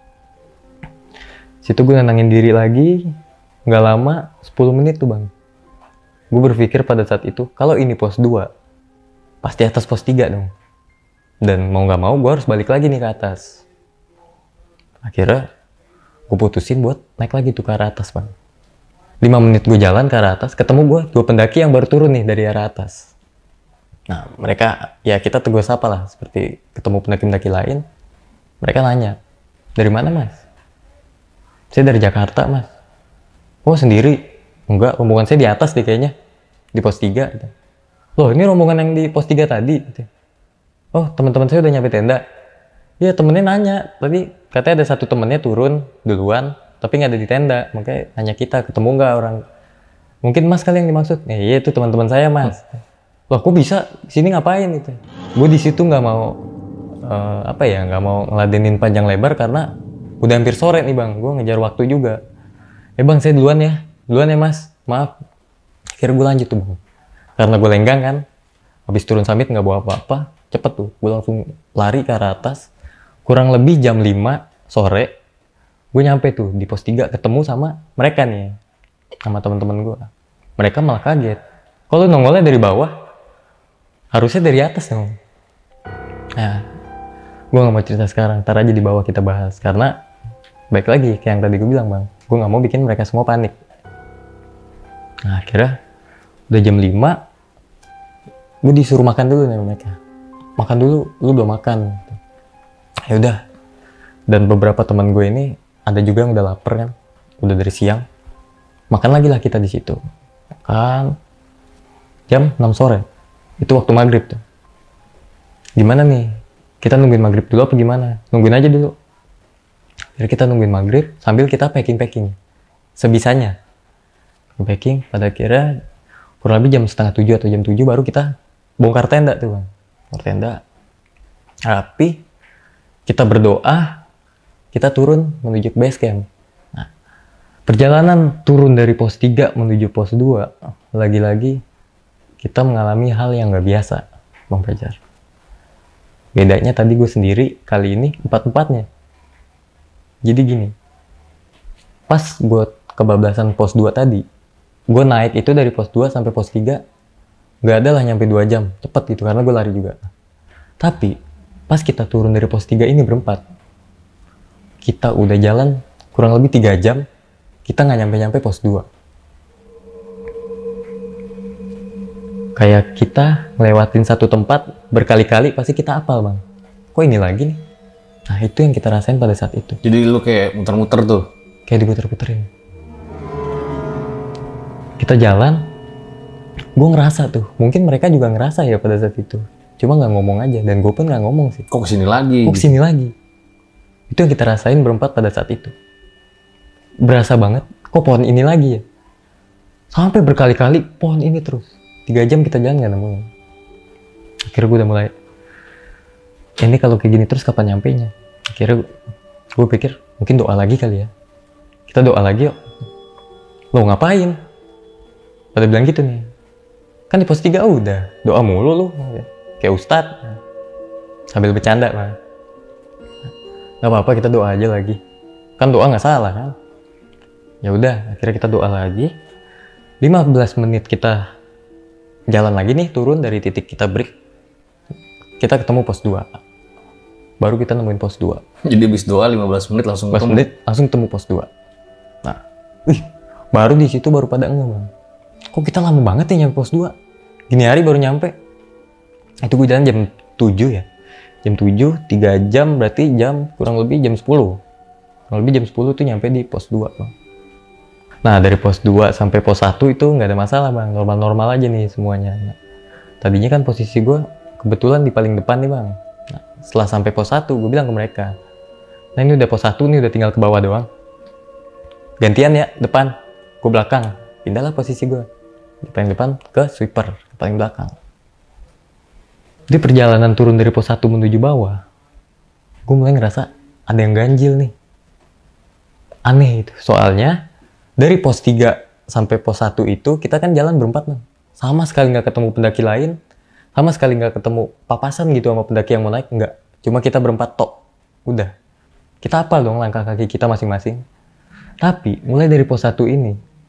Situ gue nenangin diri lagi, nggak lama, 10 menit tuh bang. Gue berpikir pada saat itu, kalau ini pos 2, pasti atas pos 3 dong. Dan mau nggak mau gue harus balik lagi nih ke atas. Akhirnya gue putusin buat naik lagi tuh ke arah atas bang. 5 menit gue jalan ke arah atas, ketemu gue 2 pendaki yang baru turun nih dari arah atas. Nah mereka, ya kita tegur sapa lah, seperti ketemu pendaki-pendaki lain. Mereka nanya, dari mana mas? Saya dari Jakarta mas. Oh sendiri? Enggak, rombongan saya di atas deh kayaknya, di pos 3 gitu. Loh ini rombongan yang di pos 3 tadi gitu. Oh teman-teman saya udah nyampe tenda. Iya temennya nanya, tadi katanya ada satu temennya turun duluan, tapi nggak ada di tenda, makanya nanya kita ketemu nggak orang. Mungkin mas kali yang dimaksud. Iya itu teman-teman saya mas. Loh kok bisa sini ngapain gitu. Gue di situ nggak mau nggak mau ngeladenin panjang lebar karena udah hampir sore nih bang, gue ngejar waktu juga. Bang saya duluan ya mas, maaf. Akhirnya gue lanjut tuh bang, karena gue lenggang kan, habis turun summit nggak bawa apa-apa, cepet tuh, gue langsung lari ke arah atas. Kurang lebih jam 5 sore, gue nyampe tuh di pos 3, ketemu sama mereka nih, sama teman-teman gue. Mereka malah kaget, kalau nongolnya dari bawah, harusnya dari atas dong. Nah, gue nggak mau cerita sekarang, ntar aja di bawah kita bahas, karena baik lagi kayak yang tadi gue bilang bang, gue nggak mau bikin mereka semua panik. Nah akhirnya udah jam 5, gue disuruh makan dulu nih mereka. Makan dulu, lu belum makan. Ya udah. Dan beberapa teman gue ini ada juga yang udah lapar kan, udah dari siang. Makan lagi lah kita di situ. Makan jam 6 sore. Itu waktu maghrib tuh. Gimana nih? Kita nungguin maghrib dulu apa gimana? Nungguin aja dulu. Jadi kita nungguin maghrib sambil kita packing sebisanya. Packing pada akhirnya kurang lebih jam setengah 7 atau jam 7 baru kita bongkar tenda tuh bang. Bongkar tenda rapi, kita berdoa, kita turun menuju ke base camp. Nah, perjalanan turun dari pos 3 menuju pos 2 lagi-lagi kita mengalami hal yang nggak biasa bang Fajar. Bedanya tadi gue sendiri, kali ini 4-4-nya. Jadi gini, pas gue kebablasan pos 2 tadi, gue naik itu dari pos 2 sampai pos 3, nggak ada lah nyampe 2 jam, cepet gitu, karena gue lari juga. Tapi, pas kita turun dari pos 3 ini berempat, kita udah jalan kurang lebih 3 jam, kita nggak nyampe-nyampe pos 2. Kayak kita ngelewatin satu tempat berkali-kali, pasti kita hafal bang. Kok ini lagi nih? Nah itu yang kita rasain pada saat itu. Jadi lu kayak muter-muter tuh? Kayak diputer-puterin. Kita jalan, gue ngerasa tuh, mungkin mereka juga ngerasa ya pada saat itu. Cuma nggak ngomong aja, dan gue pun nggak ngomong sih. Kok kesini lagi? Kok kesini lagi? Itu yang kita rasain berempat pada saat itu. Berasa banget, kok pohon ini lagi ya? Sampai berkali-kali pohon ini terus. 3 jam kita jalan nggak nemuin. Akhirnya gue udah mulai, ini kalau kayak gini terus kapan nyampenya? Akhirnya gue pikir mungkin doa lagi kali ya. Kita doa lagi yuk. Lo ngapain? Pada bilang gitu nih. Kan di pos 3 udah doa mulu lu. Kayak ustadz. Sambil bercanda lah. Gak apa-apa kita doa aja lagi. Kan doa nggak salah kan? Ya udah, akhirnya kita doa lagi. 15 menit kita jalan lagi nih, turun dari titik kita break. Kita ketemu pos 2. Baru kita nemuin pos 2. Jadi habis doa 15 menit langsung 15 menit langsung ketemu pos 2. Nah, baru di situ baru pada enggak bang. Kok kita lama banget ya nyampe pos 2? Gini hari baru nyampe. Itu gue jalan jam 7 ya. Jam 7, 3 jam berarti kurang lebih jam 10. Kurang lebih jam 10 tuh nyampe di pos 2 bang. Nah dari pos 2 sampai pos 1 itu nggak ada masalah bang. Normal-normal aja nih semuanya. Nah, tadinya kan posisi gue kebetulan di paling depan nih bang. Nah, setelah sampai pos 1, gue bilang ke mereka, nah ini udah pos 1 nih, udah tinggal ke bawah doang. Gantian ya, depan. Gue belakang. Pindahlah posisi gue. Di paling depan ke sweeper, ke paling belakang. Di perjalanan turun dari pos 1 menuju bawah, gue mulai ngerasa ada yang ganjil nih. Aneh itu. Soalnya dari pos 3 sampai pos 1 itu kita kan jalan berempat nih. Sama sekali nggak ketemu pendaki lain, sama sekali nggak ketemu papasan gitu sama pendaki yang mau naik, nggak. Cuma kita berempat tok. Udah. Kita hafal dong langkah kaki kita masing-masing. Tapi mulai dari pos 1 ini,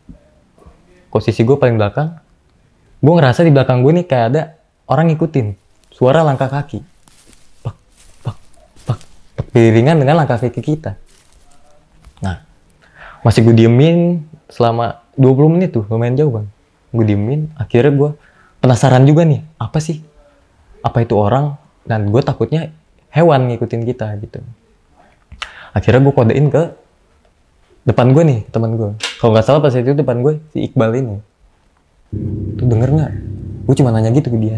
posisi gue paling belakang, gue ngerasa di belakang gue nih kayak ada orang ngikutin suara langkah kaki. Pak, pak, pak, pak, beriringan dengan langkah kaki kita. Nah, masih gue diemin selama 20 menit tuh, lumayan jauh bang. Gue diemin, akhirnya gue penasaran juga nih, apa sih? Apa itu orang? Dan gue takutnya hewan ngikutin kita gitu. Akhirnya gue kodein ke depan gue nih, teman gue. Kalau nggak salah pas itu depan gue, si Iqbal ini. Tuh denger nggak? Gue cuma nanya gitu ke dia.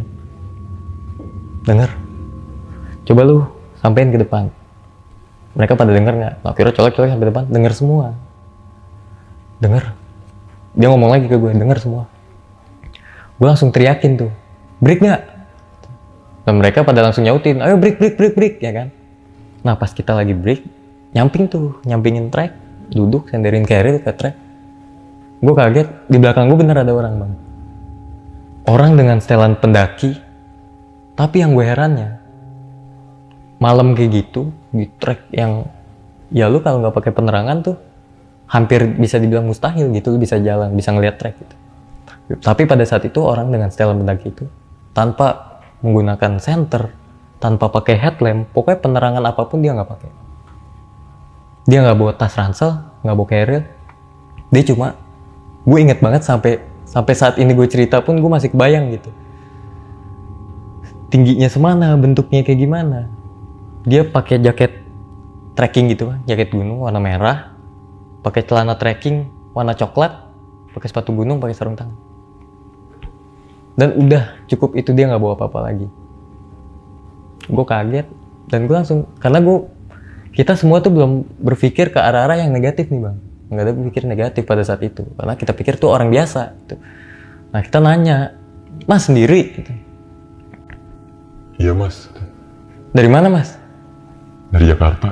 Denger? Coba lu sampein ke depan. Mereka pada denger nggak? Akhirnya colek-colek sampai depan, denger semua. Denger? Dia ngomong lagi ke gue, denger semua. Gue langsung teriakin tuh, break nggak? Dan mereka pada langsung nyautin, ayo break, ya kan? Nah pas kita lagi break, nyampingin trek, duduk, senderin carrier ke trek. Gue kaget, di belakang gue bener ada orang bang. Orang dengan setelan pendaki, tapi yang gue herannya, malam kayak gitu, di trek yang, ya lu kalau nggak pakai penerangan tuh, hampir bisa dibilang mustahil gitu, lu bisa jalan, bisa ngeliat trek gitu. Tapi pada saat itu orang dengan setelan pendaki itu, tanpa menggunakan senter, tanpa pakai headlamp, pokoknya penerangan apapun dia nggak pakai. Dia nggak bawa tas ransel, nggak bawa carrier. Dia cuma, gue inget banget sampai saat ini gue cerita pun gue masih kebayang gitu. Tingginya semana, bentuknya kayak gimana. Dia pakai jaket trekking gitu kan, jaket gunung warna merah, pakai celana trekking warna coklat, pakai sepatu gunung, pakai sarung tangan. Dan udah cukup itu, dia nggak bawa apa-apa lagi. Gue kaget dan gue langsung, karena kita semua tuh belum berpikir ke arah-arah yang negatif nih bang, nggak ada berpikir negatif pada saat itu, karena kita pikir tuh orang biasa gitu. Nah kita nanya, mas sendiri? Gitu. Iya mas. Dari mana mas? Dari Jakarta.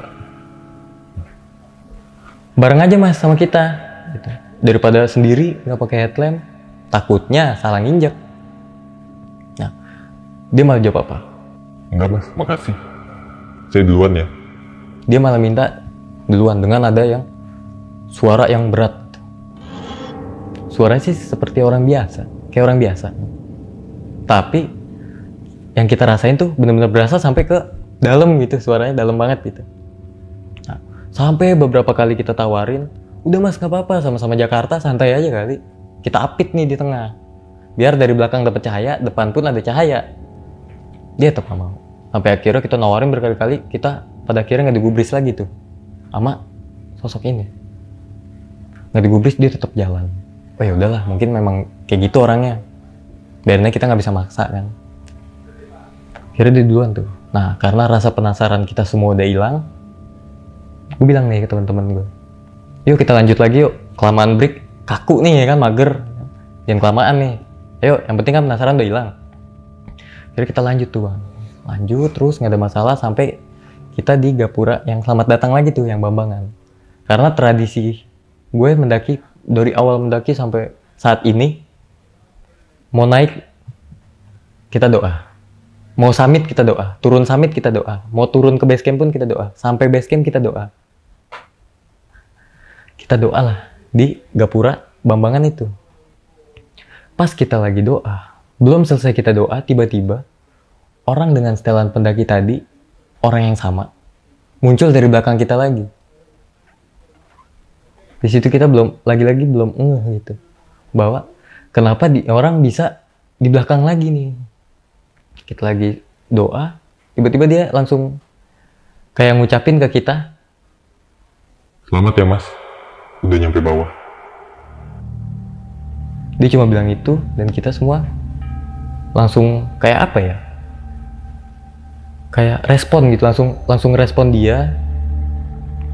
Bareng aja mas sama kita gitu. Daripada sendiri nggak pakai headlamp, takutnya salah nginjek. Nah dia malah jawab apa? Enggak mas, makasih. Saya duluan ya. Dia malah minta duluan dengan ada yang suara yang berat. Suaranya sih seperti orang biasa, kayak orang biasa. Tapi yang kita rasain tuh benar-benar berasa sampai ke dalam gitu, suaranya dalam banget gitu. Nah, sampai beberapa kali kita tawarin, udah mas nggak apa-apa, sama-sama Jakarta, santai aja kali. Kita apit nih di tengah, biar dari belakang dapat cahaya, depan pun ada cahaya. Dia tetap nggak mau. Sampai akhirnya kita nawarin berkali-kali, kita pada akhirnya nggak digubris lagi tuh sama sosok ini. Nggak digubris, dia tetap jalan. Oh ya udahlah, mungkin memang kayak gitu orangnya. Biarnya kita nggak bisa maksa kan. Akhirnya dia duluan tuh. Nah, karena rasa penasaran kita semua udah hilang, gue bilang nih ke teman-teman gue, yuk kita lanjut lagi yuk. Kelamaan break, kaku nih ya kan, mager. Jangan kelamaan nih. Ayo, yang penting kan penasaran udah hilang. Akhirnya kita lanjut tuh bang. Lanjut terus, nggak ada masalah sampai kita di Gapura yang selamat datang lagi tuh, yang Bambangan. Karena tradisi gue mendaki, dari awal mendaki sampai saat ini, mau naik kita doa. Mau summit kita doa, turun summit kita doa, mau turun ke base camp pun kita doa, sampai base camp kita doa. Kita doa lah di Gapura Bambangan itu. Pas kita lagi doa, belum selesai kita doa, tiba-tiba orang dengan setelan pendaki tadi, orang yang sama, muncul dari belakang kita lagi. Di situ kita belum gitu, bahwa kenapa orang bisa di belakang lagi nih. Kita lagi doa, tiba-tiba dia langsung kayak ngucapin ke kita, Selamat ya mas, udah nyampe bawah. dia cuma bilang itu, dan kita semua langsung kayak apa ya, kayak respon gitu, langsung respon dia.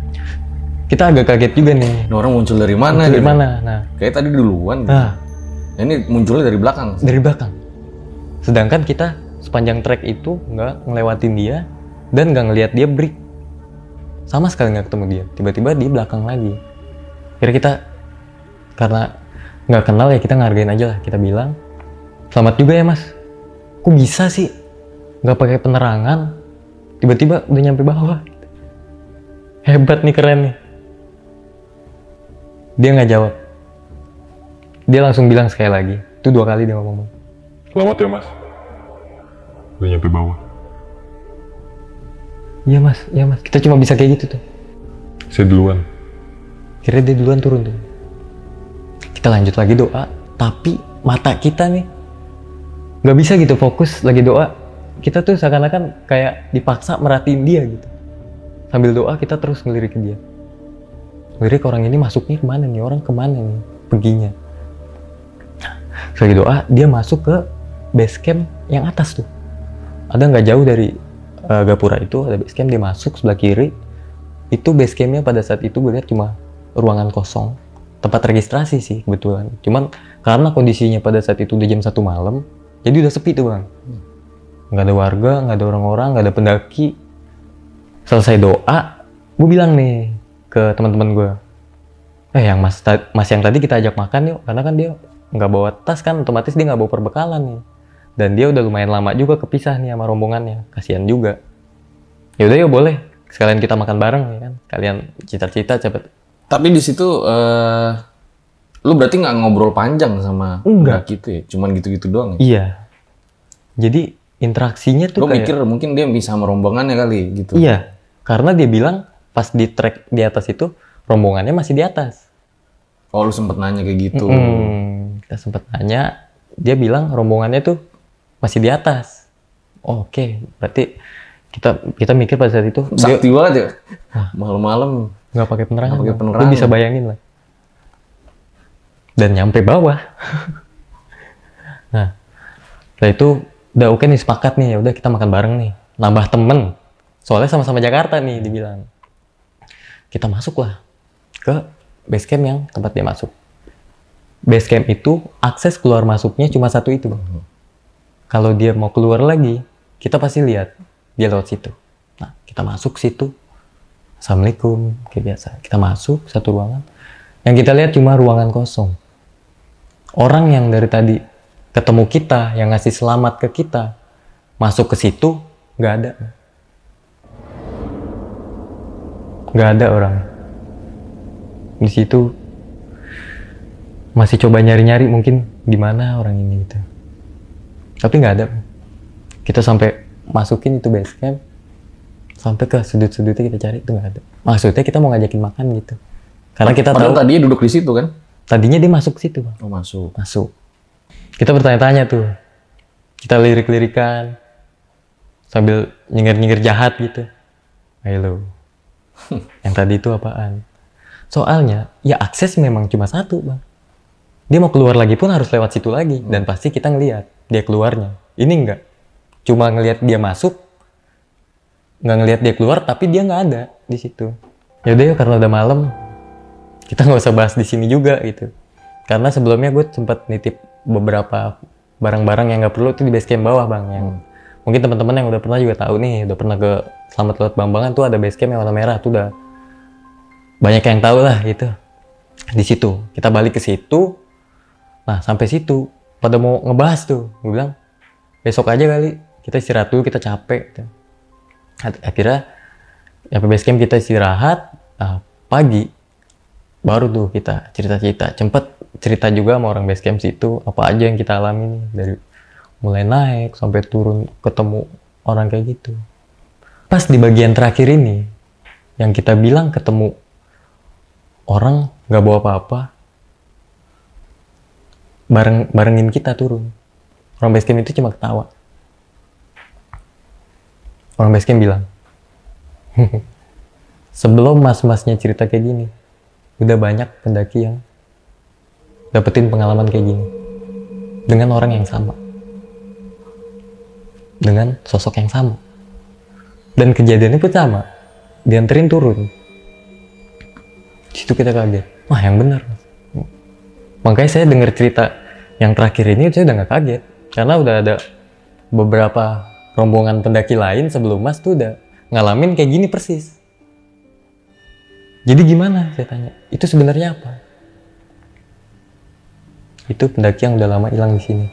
Kita agak kaget juga nih. Ini orang muncul dari mana? Dari gitu? mana? Nah, Kayak tadi duluan. Gitu. Nah, Ini munculnya dari belakang. dari belakang. Sedangkan kita sepanjang trek itu nggak ngelewatin dia dan nggak ngelihat dia break. Sama sekali nggak ketemu dia. Tiba-tiba di belakang lagi. Akhirnya kita karena nggak kenal ya kita ngargain aja lah. Kita bilang, selamat juga ya mas. Kok bisa sih nggak pakai penerangan? Tiba-tiba udah nyampe bawah. Hebat nih, keren nih. Dia nggak jawab. Dia langsung bilang sekali lagi. Itu 2 kali dia ngomong. Selamat ya mas. Udah nyampe bawah. Iya mas. Kita cuma bisa kayak gitu tuh. Saya duluan. Akhirnya dia duluan turun tuh. Kita lanjut lagi doa. Tapi mata kita nih nggak bisa gitu fokus lagi doa. Kita tuh seakan-akan kayak dipaksa merhatiin dia gitu. Sambil doa kita terus ngelirik ke dia. Ngelirik orang ini masuknya kemana nih? Orang kemana nih perginya? Lagi doa, dia masuk ke base camp yang atas tuh. Ada nggak jauh dari Gapura itu, ada base camp, dia masuk sebelah kiri. Itu base campnya pada saat itu gue lihat cuma ruangan kosong. Tempat registrasi sih kebetulan. Cuman karena kondisinya pada saat itu udah jam 1 malam, jadi udah sepi tuh bang. Nggak ada warga, nggak ada orang-orang, nggak ada pendaki. Selesai doa, gue bilang nih ke teman-teman gue, yang mas yang tadi kita ajak makan yuk, karena kan dia nggak bawa tas kan, otomatis dia nggak bawa perbekalan nih. Dan dia udah lumayan lama juga kepisah nih sama rombongannya, kasihan juga. Ya udah yuk boleh, sekalian kita makan bareng ya kan, kalian cita-cita cepet. Tapi di situ lu berarti nggak ngobrol panjang sama Enggak. gitu ya? Cuman gitu-gitu doang ya? Iya. Jadi interaksinya tuh Lu kayak mikir mungkin dia bisa sama rombongannya kali gitu. iya, karena dia bilang pas di trek di atas itu rombongannya masih di atas. Oh lu sempet nanya kayak gitu. Kita sempet nanya, dia bilang rombongannya tuh masih di atas. Oh, oke, berarti kita mikir pada saat itu dia Sakti banget ya. Malam-malam. nggak pakai penerangan. Nggak pakai Bang. Lu penerangan. bisa bayangin lah. Dan nyampe bawah. Nah, setelah itu udah oke nih, sepakat nih, ya udah kita makan bareng nih, nambah temen. Soalnya sama-sama Jakarta nih dibilang. Kita masuk lah ke base camp yang tempat dia masuk. Base camp itu akses keluar masuknya cuma satu itu bang. Kalau dia mau keluar lagi, kita pasti lihat dia lewat situ. Nah, kita masuk situ. Assalamualaikum, kayak biasa. Kita masuk satu ruangan. Yang kita lihat cuma ruangan kosong. Orang yang dari tadi ketemu kita, yang ngasih selamat ke kita, masuk ke situ, nggak ada. Nggak ada orang. Di situ masih coba nyari-nyari mungkin di mana orang ini gitu. Tapi nggak ada. Kita sampai masukin itu base camp, sampai ke sudut-sudutnya kita cari, itu nggak ada. Maksudnya kita mau ngajakin makan gitu. Karena kita Padahal tahu tadinya duduk di situ kan? tadinya dia masuk situ, Bang. Oh masuk. Masuk. Kita bertanya-tanya tuh. Kita lirik-lirikan sambil nyengir-nyengir jahat gitu. Ayo. Yang tadi itu apaan? Soalnya ya akses memang cuma satu, Bang. Dia mau keluar lagi pun harus lewat situ lagi, dan pasti kita ngelihat dia keluarnya. Ini enggak. Cuma ngelihat dia masuk, nggak ngelihat dia keluar, tapi dia nggak ada di situ. Ya udah yuk, karena udah malam, kita nggak usah bahas di sini juga gitu. Karena sebelumnya gue sempat nitip beberapa barang-barang yang nggak perlu itu di base camp bawah, Bang. Yang mungkin teman-teman yang udah pernah juga tahu nih, udah pernah ke Selamat Lewat Bambangan tuh ada base camp yang warna merah tuh, udah banyak yang tahu lah gitu. Di situ kita balik ke situ. Nah sampai situ pada mau ngebahas tuh, gue bilang besok aja kali, kita istirahat dulu, kita capek gitu. Akhirnya sampai base camp kita istirahat. Pagi baru tuh kita cerita-cerita, cepet cerita juga sama orang base camp situ apa aja yang kita alami nih, dari mulai naik sampai turun ketemu orang kayak gitu. Pas di bagian terakhir ini yang kita bilang ketemu orang nggak bawa apa-apa, barengin kita turun. Orang base camp itu cuma ketawa. Orang base camp bilang, sebelum mas-masnya cerita kayak gini, udah banyak pendaki yang dapetin pengalaman kayak gini dengan orang yang sama, dengan sosok yang sama, dan kejadiannya pun sama, dianterin turun. Situ kita kaget, wah yang benar. Makanya saya dengar cerita Yang terakhir ini saya udah nggak kaget karena udah ada beberapa rombongan pendaki lain sebelum Mas tuh udah ngalamin kayak gini persis. Jadi gimana? Saya tanya. Itu sebenarnya apa? Itu pendaki yang udah lama hilang di sini.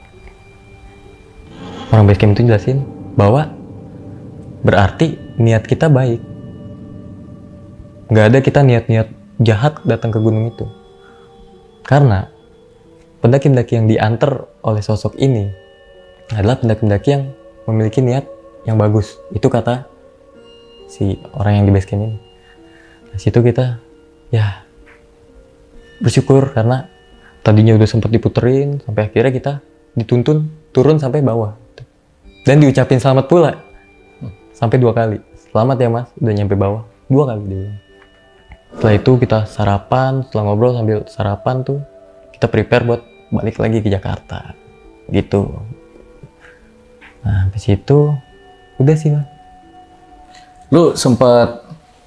Orang base camp itu jelasin bahwa berarti niat kita baik. Nggak ada kita niat-niat jahat datang ke gunung itu. Karena pendaki-pendaki yang diantar oleh sosok ini adalah pendaki-pendaki yang memiliki niat yang bagus. Itu kata si orang yang di base camp ini. Nah, situ kita ya bersyukur karena tadinya udah sempat diputerin sampai akhirnya kita dituntun turun sampai bawah. Dan diucapin selamat pula. Sampai 2 kali. Selamat ya Mas, udah nyampe bawah. 2 kali dia bilang. Setelah itu kita sarapan, setelah ngobrol sambil sarapan tuh kita prepare buat balik lagi ke Jakarta. Gitu. Nah, habis itu udah sih, Bang. Lu sempat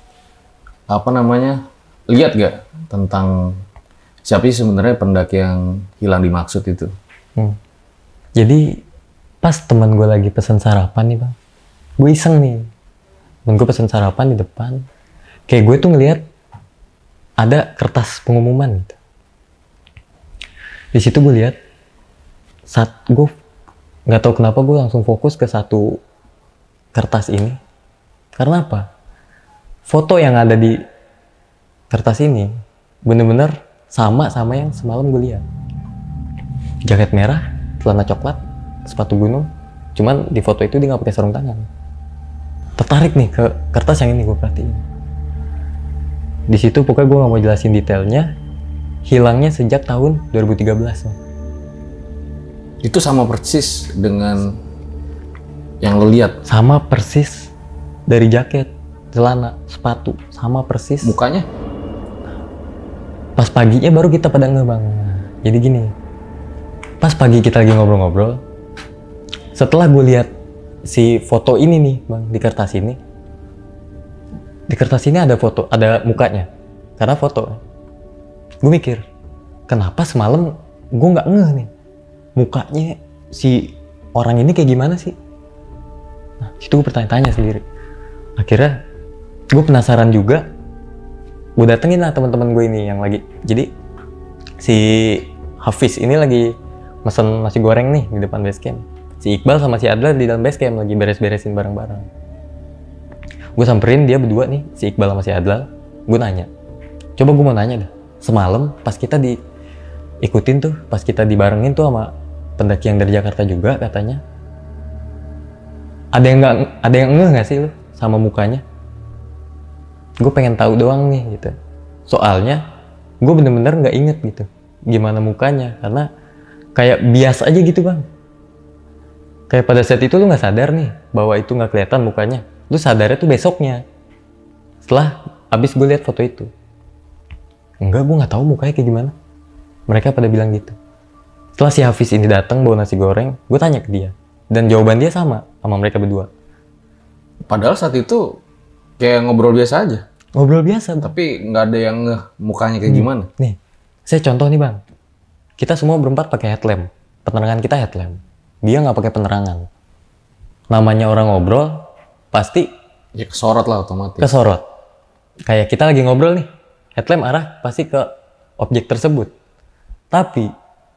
lihat gak tentang siapa sih sebenarnya pendaki yang hilang dimaksud itu? Jadi pas teman gue lagi pesen sarapan nih Bang, gue iseng nih, temen gue pesen sarapan di depan, kayak gue tuh ngelihat ada kertas pengumuman gitu. Di situ gue lihat, saat gue nggak tahu kenapa gue langsung fokus ke satu kertas ini, karena apa? Foto yang ada di kertas ini bener-bener sama yang semalam gue lihat. Jaket merah, celana coklat, sepatu gunung, cuman di foto itu dia nggak pakai sarung tangan. Tertarik nih ke kertas yang ini, gue perhatiin. Di situ pokoknya gue nggak mau jelasin detailnya. Hilangnya sejak tahun 2013. Itu sama persis dengan yang lo lihat? Sama persis dari jaket, celana, sepatu, sama persis. Mukanya? Pas paginya baru kita pada ngeh Bang. Jadi gini, pas pagi kita lagi ngobrol-ngobrol, setelah gue lihat si foto ini nih Bang, di kertas ini ada foto, ada mukanya, karena foto. Gue mikir, kenapa semalam gue nggak ngeh nih, mukanya si orang ini kayak gimana sih? Nah, situ gue bertanya-tanya sendiri. Akhirnya gue penasaran juga, gue datengin lah teman-teman gue ini yang lagi, jadi si Hafiz ini lagi mesen nasi goreng nih di depan base camp. Si Iqbal sama si Adla di dalam base camp lagi beres-beresin barang-barang. Gue samperin dia berdua nih, si Iqbal sama si Adla. Gue nanya, coba gue mau nanya dah, semalam pas kita diikutin tuh, pas kita dibarengin tuh sama pendaki yang dari Jakarta juga katanya, ada yang ngeh nggak sih lu sama mukanya? Gue pengen tahu doang nih gitu. Soalnya gue bener-bener nggak inget gitu gimana mukanya, karena kayak bias aja gitu Bang. Kayak pada saat itu lu nggak sadar nih bahwa itu nggak kelihatan mukanya. Lu sadarnya tuh besoknya setelah abis gue lihat foto itu. Enggak, gue nggak tahu mukanya kayak gimana. Mereka pada bilang gitu. Setelah si Hafiz ini datang bawa nasi goreng, gue tanya ke dia dan jawaban dia sama mereka berdua. Padahal saat itu kayak ngobrol biasa aja. Ngobrol biasa Bang. Tapi nggak ada yang ngeh mukanya kayak gimana. Nih, saya contoh nih Bang. Kita semua berempat pakai headlamp. Penerangan kita headlamp. Dia nggak pakai penerangan. Namanya orang ngobrol, pasti Ya kesorot lah otomatis. kesorot. Kayak kita lagi ngobrol nih, headlamp arah pasti ke objek tersebut. Tapi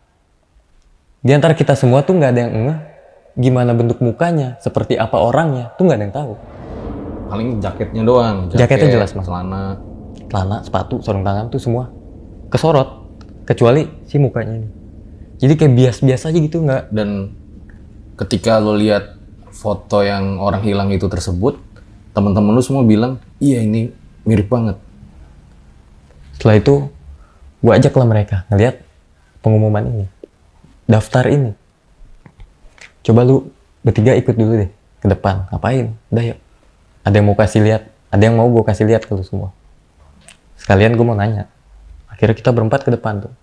di antara kita semua tuh nggak ada yang ngeh gimana bentuk mukanya, seperti apa orangnya, tuh nggak ada yang tahu. Paling jaketnya doang. Jaketnya jelas, Mas. Celana. Sepatu, sarung tangan tuh semua kesorot, kecuali si mukanya ini. Jadi kayak bias-bias aja gitu, nggak. Dan ketika lo lihat foto yang orang hilang itu tersebut, teman-teman lu semua bilang, iya ini mirip banget. Setelah itu, gue ajaklah mereka ngeliat pengumuman ini, daftar ini. Coba lu bertiga ikut dulu deh ke depan. Ngapain? Udah yuk. Ada yang mau kasih lihat, ada yang mau gue kasih lihat ke lu semua. Sekalian gue mau nanya. Akhirnya kita berempat ke depan tuh.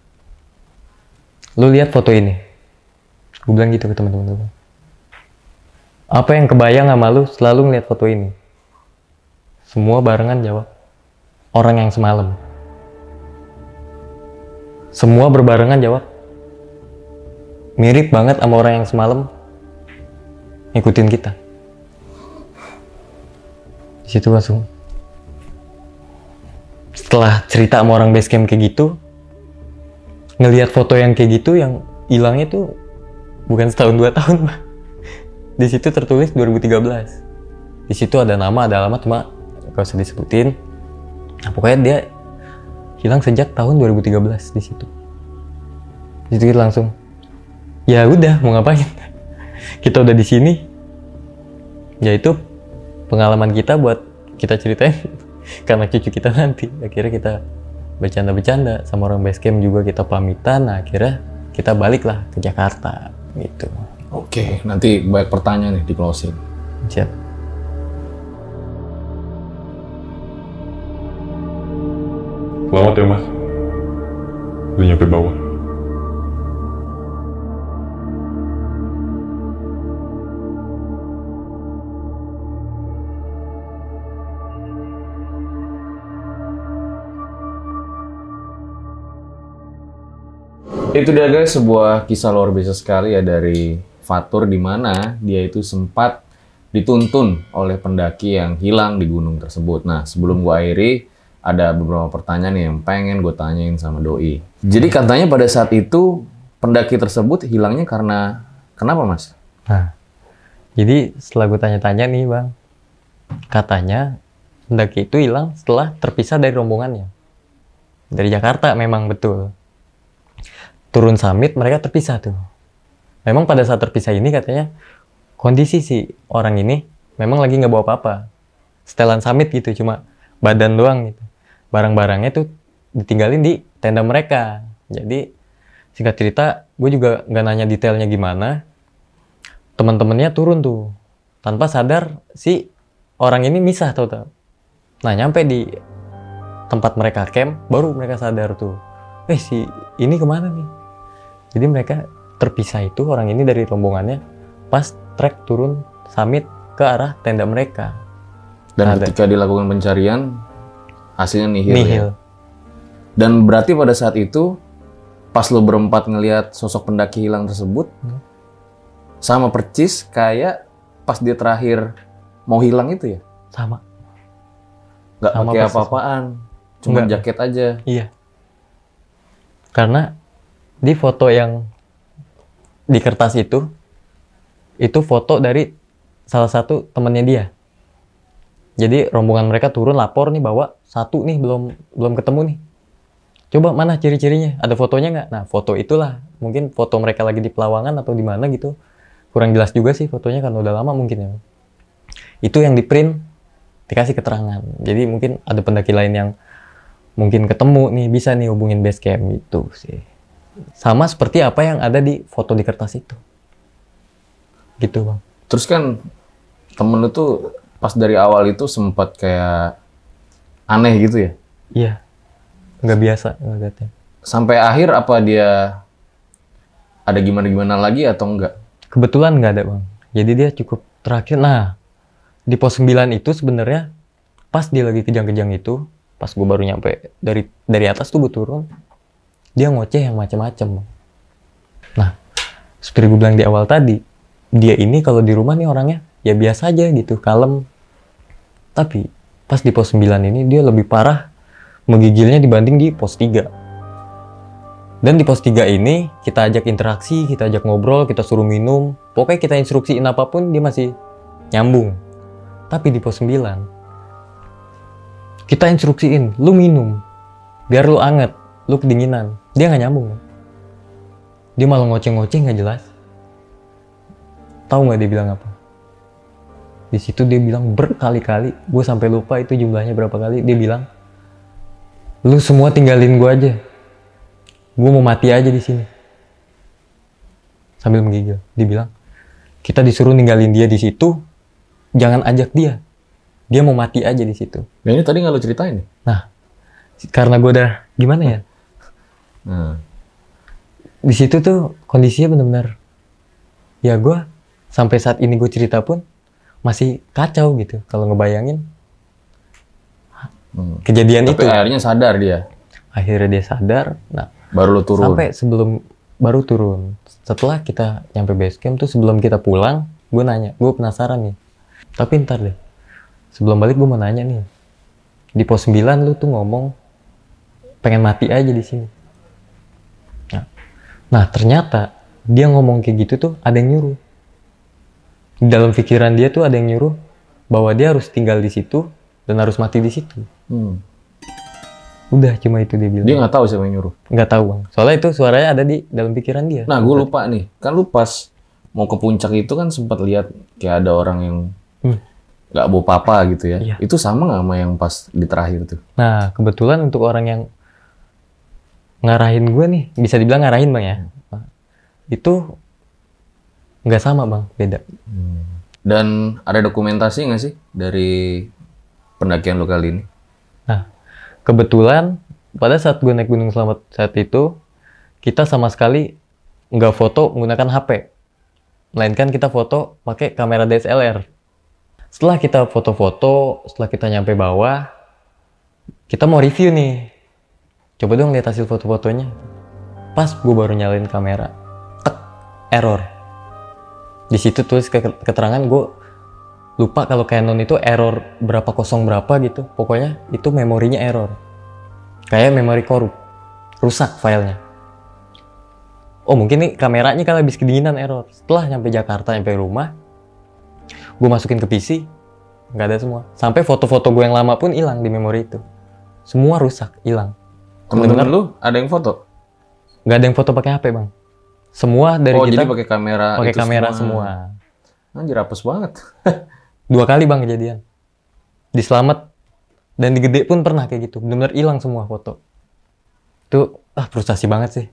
Lu lihat foto ini. Gue bilang gitu ke teman-teman gue. Apa yang kebayang sama lu selalu ngeliat foto ini? Semua barengan jawab, orang yang semalam. Semua berbarengan jawab, mirip banget sama orang yang semalam ngikutin kita. Di situ langsung, setelah cerita sama orang base camp kayak gitu, ngelihat foto yang kayak gitu, yang hilangnya tuh bukan setahun 2 tahun, Pak. Di situ tertulis 2013. Di situ ada nama, ada alamat, cuma gak usah disebutin. Nah, pokoknya dia hilang sejak tahun 2013 di situ. Di situ kita langsung, ya udah mau ngapain? Kita udah di sini. Ya itu pengalaman kita buat kita ceritain karena cucu kita nanti. Akhirnya kita bercanda-bercanda sama orang base camp juga, kita pamitan. Nah, akhirnya kita baliklah ke Jakarta gitu. Oke, nanti banyak pertanyaan nih di closing. Siap. Selamat ya mas, udah nyampe bawah. Itu dia guys, sebuah kisah luar biasa sekali ya dari Fatur, di mana dia itu sempat dituntun oleh pendaki yang hilang di gunung tersebut. Nah, sebelum gua akhiri, ada beberapa pertanyaan nih yang pengen gue tanyain sama Doi. Jadi katanya pada saat itu pendaki tersebut hilangnya karena kenapa mas? Nah, jadi setelah gue tanya-tanya nih bang, katanya pendaki itu hilang setelah terpisah dari rombongannya. Dari Jakarta memang betul. Turun summit mereka terpisah tuh. Memang pada saat terpisah ini katanya kondisi si orang ini memang lagi nggak bawa apa-apa. Setelan summit gitu, cuma badan doang gitu. Barang-barangnya tuh ditinggalin di tenda mereka. Jadi singkat cerita, gue juga nggak nanya detailnya gimana. Teman-temannya turun tuh tanpa sadar si orang ini misah tau-tau. Nah nyampe di tempat mereka camp, baru mereka sadar tuh, si ini kemana nih? Jadi mereka terpisah itu, orang ini dari rombongannya pas trek turun summit ke arah tenda mereka. Dan ketika dilakukan pencarian, hasilnya nihil. Nihil. Ya? Dan berarti pada saat itu, pas lo berempat ngelihat sosok pendaki hilang tersebut, sama percis kayak pas dia terakhir mau hilang itu ya? Sama. Nggak Sama pakai persis. apa-apaan, cuma Nggak. jaket aja. Iya. Karena di foto yang di kertas itu foto dari salah satu temannya dia. Jadi rombongan mereka turun lapor nih bahwa satu nih belum ketemu nih. Coba mana ciri-cirinya? Ada fotonya nggak? Nah foto itulah mungkin foto mereka lagi di Pelawangan atau di mana gitu. Kurang jelas juga sih fotonya karena udah lama mungkin ya. Itu yang di print dikasih keterangan. Jadi mungkin ada pendaki lain yang mungkin ketemu nih, bisa nih hubungin base camp gitu sih. Sama seperti apa yang ada di foto di kertas itu. Gitu bang. Terus kan temen lu tuh pas dari awal itu sempat kayak aneh gitu ya? Iya. Nggak biasa ngeliatnya. Sampai akhir apa dia ada gimana-gimana lagi atau enggak? Kebetulan nggak ada bang. Jadi dia cukup terakhir. Nah di pos 9 itu sebenarnya pas dia lagi kejang-kejang itu, pas gue baru nyampe dari atas tuh gue turun, dia ngoceh yang macam-macam. Nah, seperti gue bilang di awal tadi, dia ini kalau di rumah nih orangnya ya biasa aja gitu, kalem. Tapi pas di pos 9 ini dia lebih parah menggigilnya dibanding di pos 3. Dan di pos 3 ini kita ajak interaksi, kita ajak ngobrol, kita suruh minum, pokoknya kita instruksiin apapun dia masih nyambung. Tapi di pos 9 kita instruksiin, lu minum biar lu anget, lu kedinginan, dia nggak nyambung. Dia malah ngoceh-ngoceh nggak jelas. Tahu nggak dia bilang apa? Di situ dia bilang berkali-kali, gue sampai lupa itu jumlahnya berapa kali. Dia bilang, lu semua tinggalin gue aja, gue mau mati aja di sini. Sambil menggigil, dia bilang, kita disuruh ninggalin dia di situ, jangan ajak dia. Dia mau mati aja di situ. Nah ini tadi nggak lo ceritain ya? Nah, karena gue udah gimana ya? Di situ tuh kondisinya benar-benar, ya gue sampai saat ini gue cerita pun masih kacau gitu kalau ngebayangin kejadian Tapi itu. akhirnya sadar dia. Akhirnya dia sadar. Nah, Baru lo turun. sampai sebelum baru turun. Setelah kita nyampe base camp tuh, sebelum kita pulang, gue nanya, gue penasaran nih. Tapi ntar deh, sebelum balik gue mau nanya nih, di pos 9 lu tuh ngomong pengen mati aja di sini. Nah ternyata dia ngomong kayak gitu tuh ada yang nyuruh. Di dalam pikiran dia tuh ada yang nyuruh bahwa dia harus tinggal di situ dan harus mati di situ. Udah cuma itu dia bilang. Dia nggak tahu siapa yang nyuruh. Nggak tahu bang. Soalnya itu suaranya ada di dalam pikiran dia. Nah, gue lupa nih. Kan lu pas mau ke puncak itu kan sempat lihat kayak ada orang yang nggak bawa papa gitu ya. Iya. Itu sama nggak sama yang pas di terakhir tuh? Nah kebetulan untuk orang yang ngarahin gue nih, bisa dibilang ngarahin bang ya, itu nggak sama bang, beda. Dan ada dokumentasi nggak sih dari pendakian lo kali ini? Nah kebetulan pada saat gue naik Gunung Selamat saat itu, kita sama sekali nggak foto menggunakan HP, melainkan kita foto pakai kamera DSLR. Setelah kita foto-foto, setelah kita nyampe bawah, kita mau review nih. Coba dong lihat hasil foto-fotonya. Pas gue baru nyalain kamera, error. Di situ tulis keterangan, gue lupa kalau Canon itu error berapa kosong berapa gitu. Pokoknya itu memorinya error. Kayak memori korup, rusak filenya. Oh mungkin nih kameranya kali habis kedinginan error. Setelah nyampe Jakarta, nyampe rumah, gue masukin ke PC, nggak ada semua. Sampai foto-foto gue yang lama pun hilang di memori itu. Semua rusak, hilang. Temen-temen lu ada yang foto? Nggak ada yang foto pakai HP bang. Semua dari kita jadi pakai kamera. pakai itu kamera semua. Anjir, apes banget. 2 kali bang kejadian. Di Selamat dan di Gede pun pernah kayak gitu. Benar-benar hilang semua foto. Itu frustasi banget sih.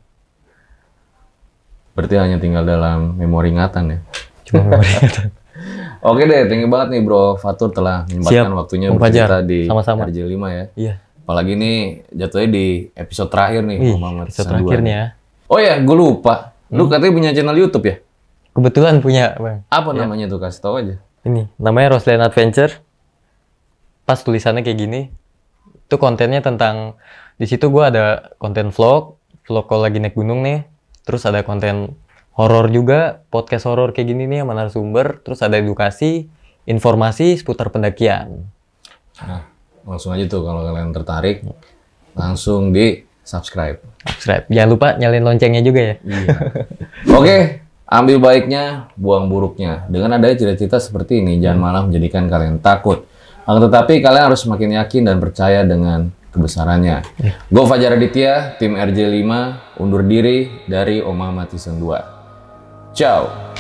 Berarti hanya tinggal dalam memori ingatan ya. Cuma memori. Oke deh, thank you banget nih Bro Fatur telah menyempatkan Siap, waktunya Om bercerita Fajar. di Sama-sama. RJ5 ya. Iya. Apalagi nih jatuhnya di episode terakhir nih. Muhammad episode Sanduan. terakhir nih ya. Oh ya, gue lupa. Lu katanya punya channel YouTube ya? Kebetulan punya bang. Apa namanya tuh? Kasih tahu aja. Ini namanya Roslan Adventure. Pas tulisannya kayak gini, itu kontennya tentang, di situ gue ada konten vlog kalau lagi naik gunung nih. Terus ada konten horor juga, podcast horor kayak gini nih sama narasumber. Terus ada edukasi, informasi seputar pendakian. Nah, langsung aja tuh kalau kalian tertarik, langsung di subscribe. Jangan lupa nyalain loncengnya juga ya. Oke, ambil baiknya, buang buruknya. Dengan adanya cerita-cerita seperti ini, jangan malah menjadikan kalian takut. Akan tetapi kalian harus semakin yakin dan percaya dengan kebesarannya. Gue Fajar Aditya, tim RJ5, undur diri dari Om Muhammad Season 2. Ciao!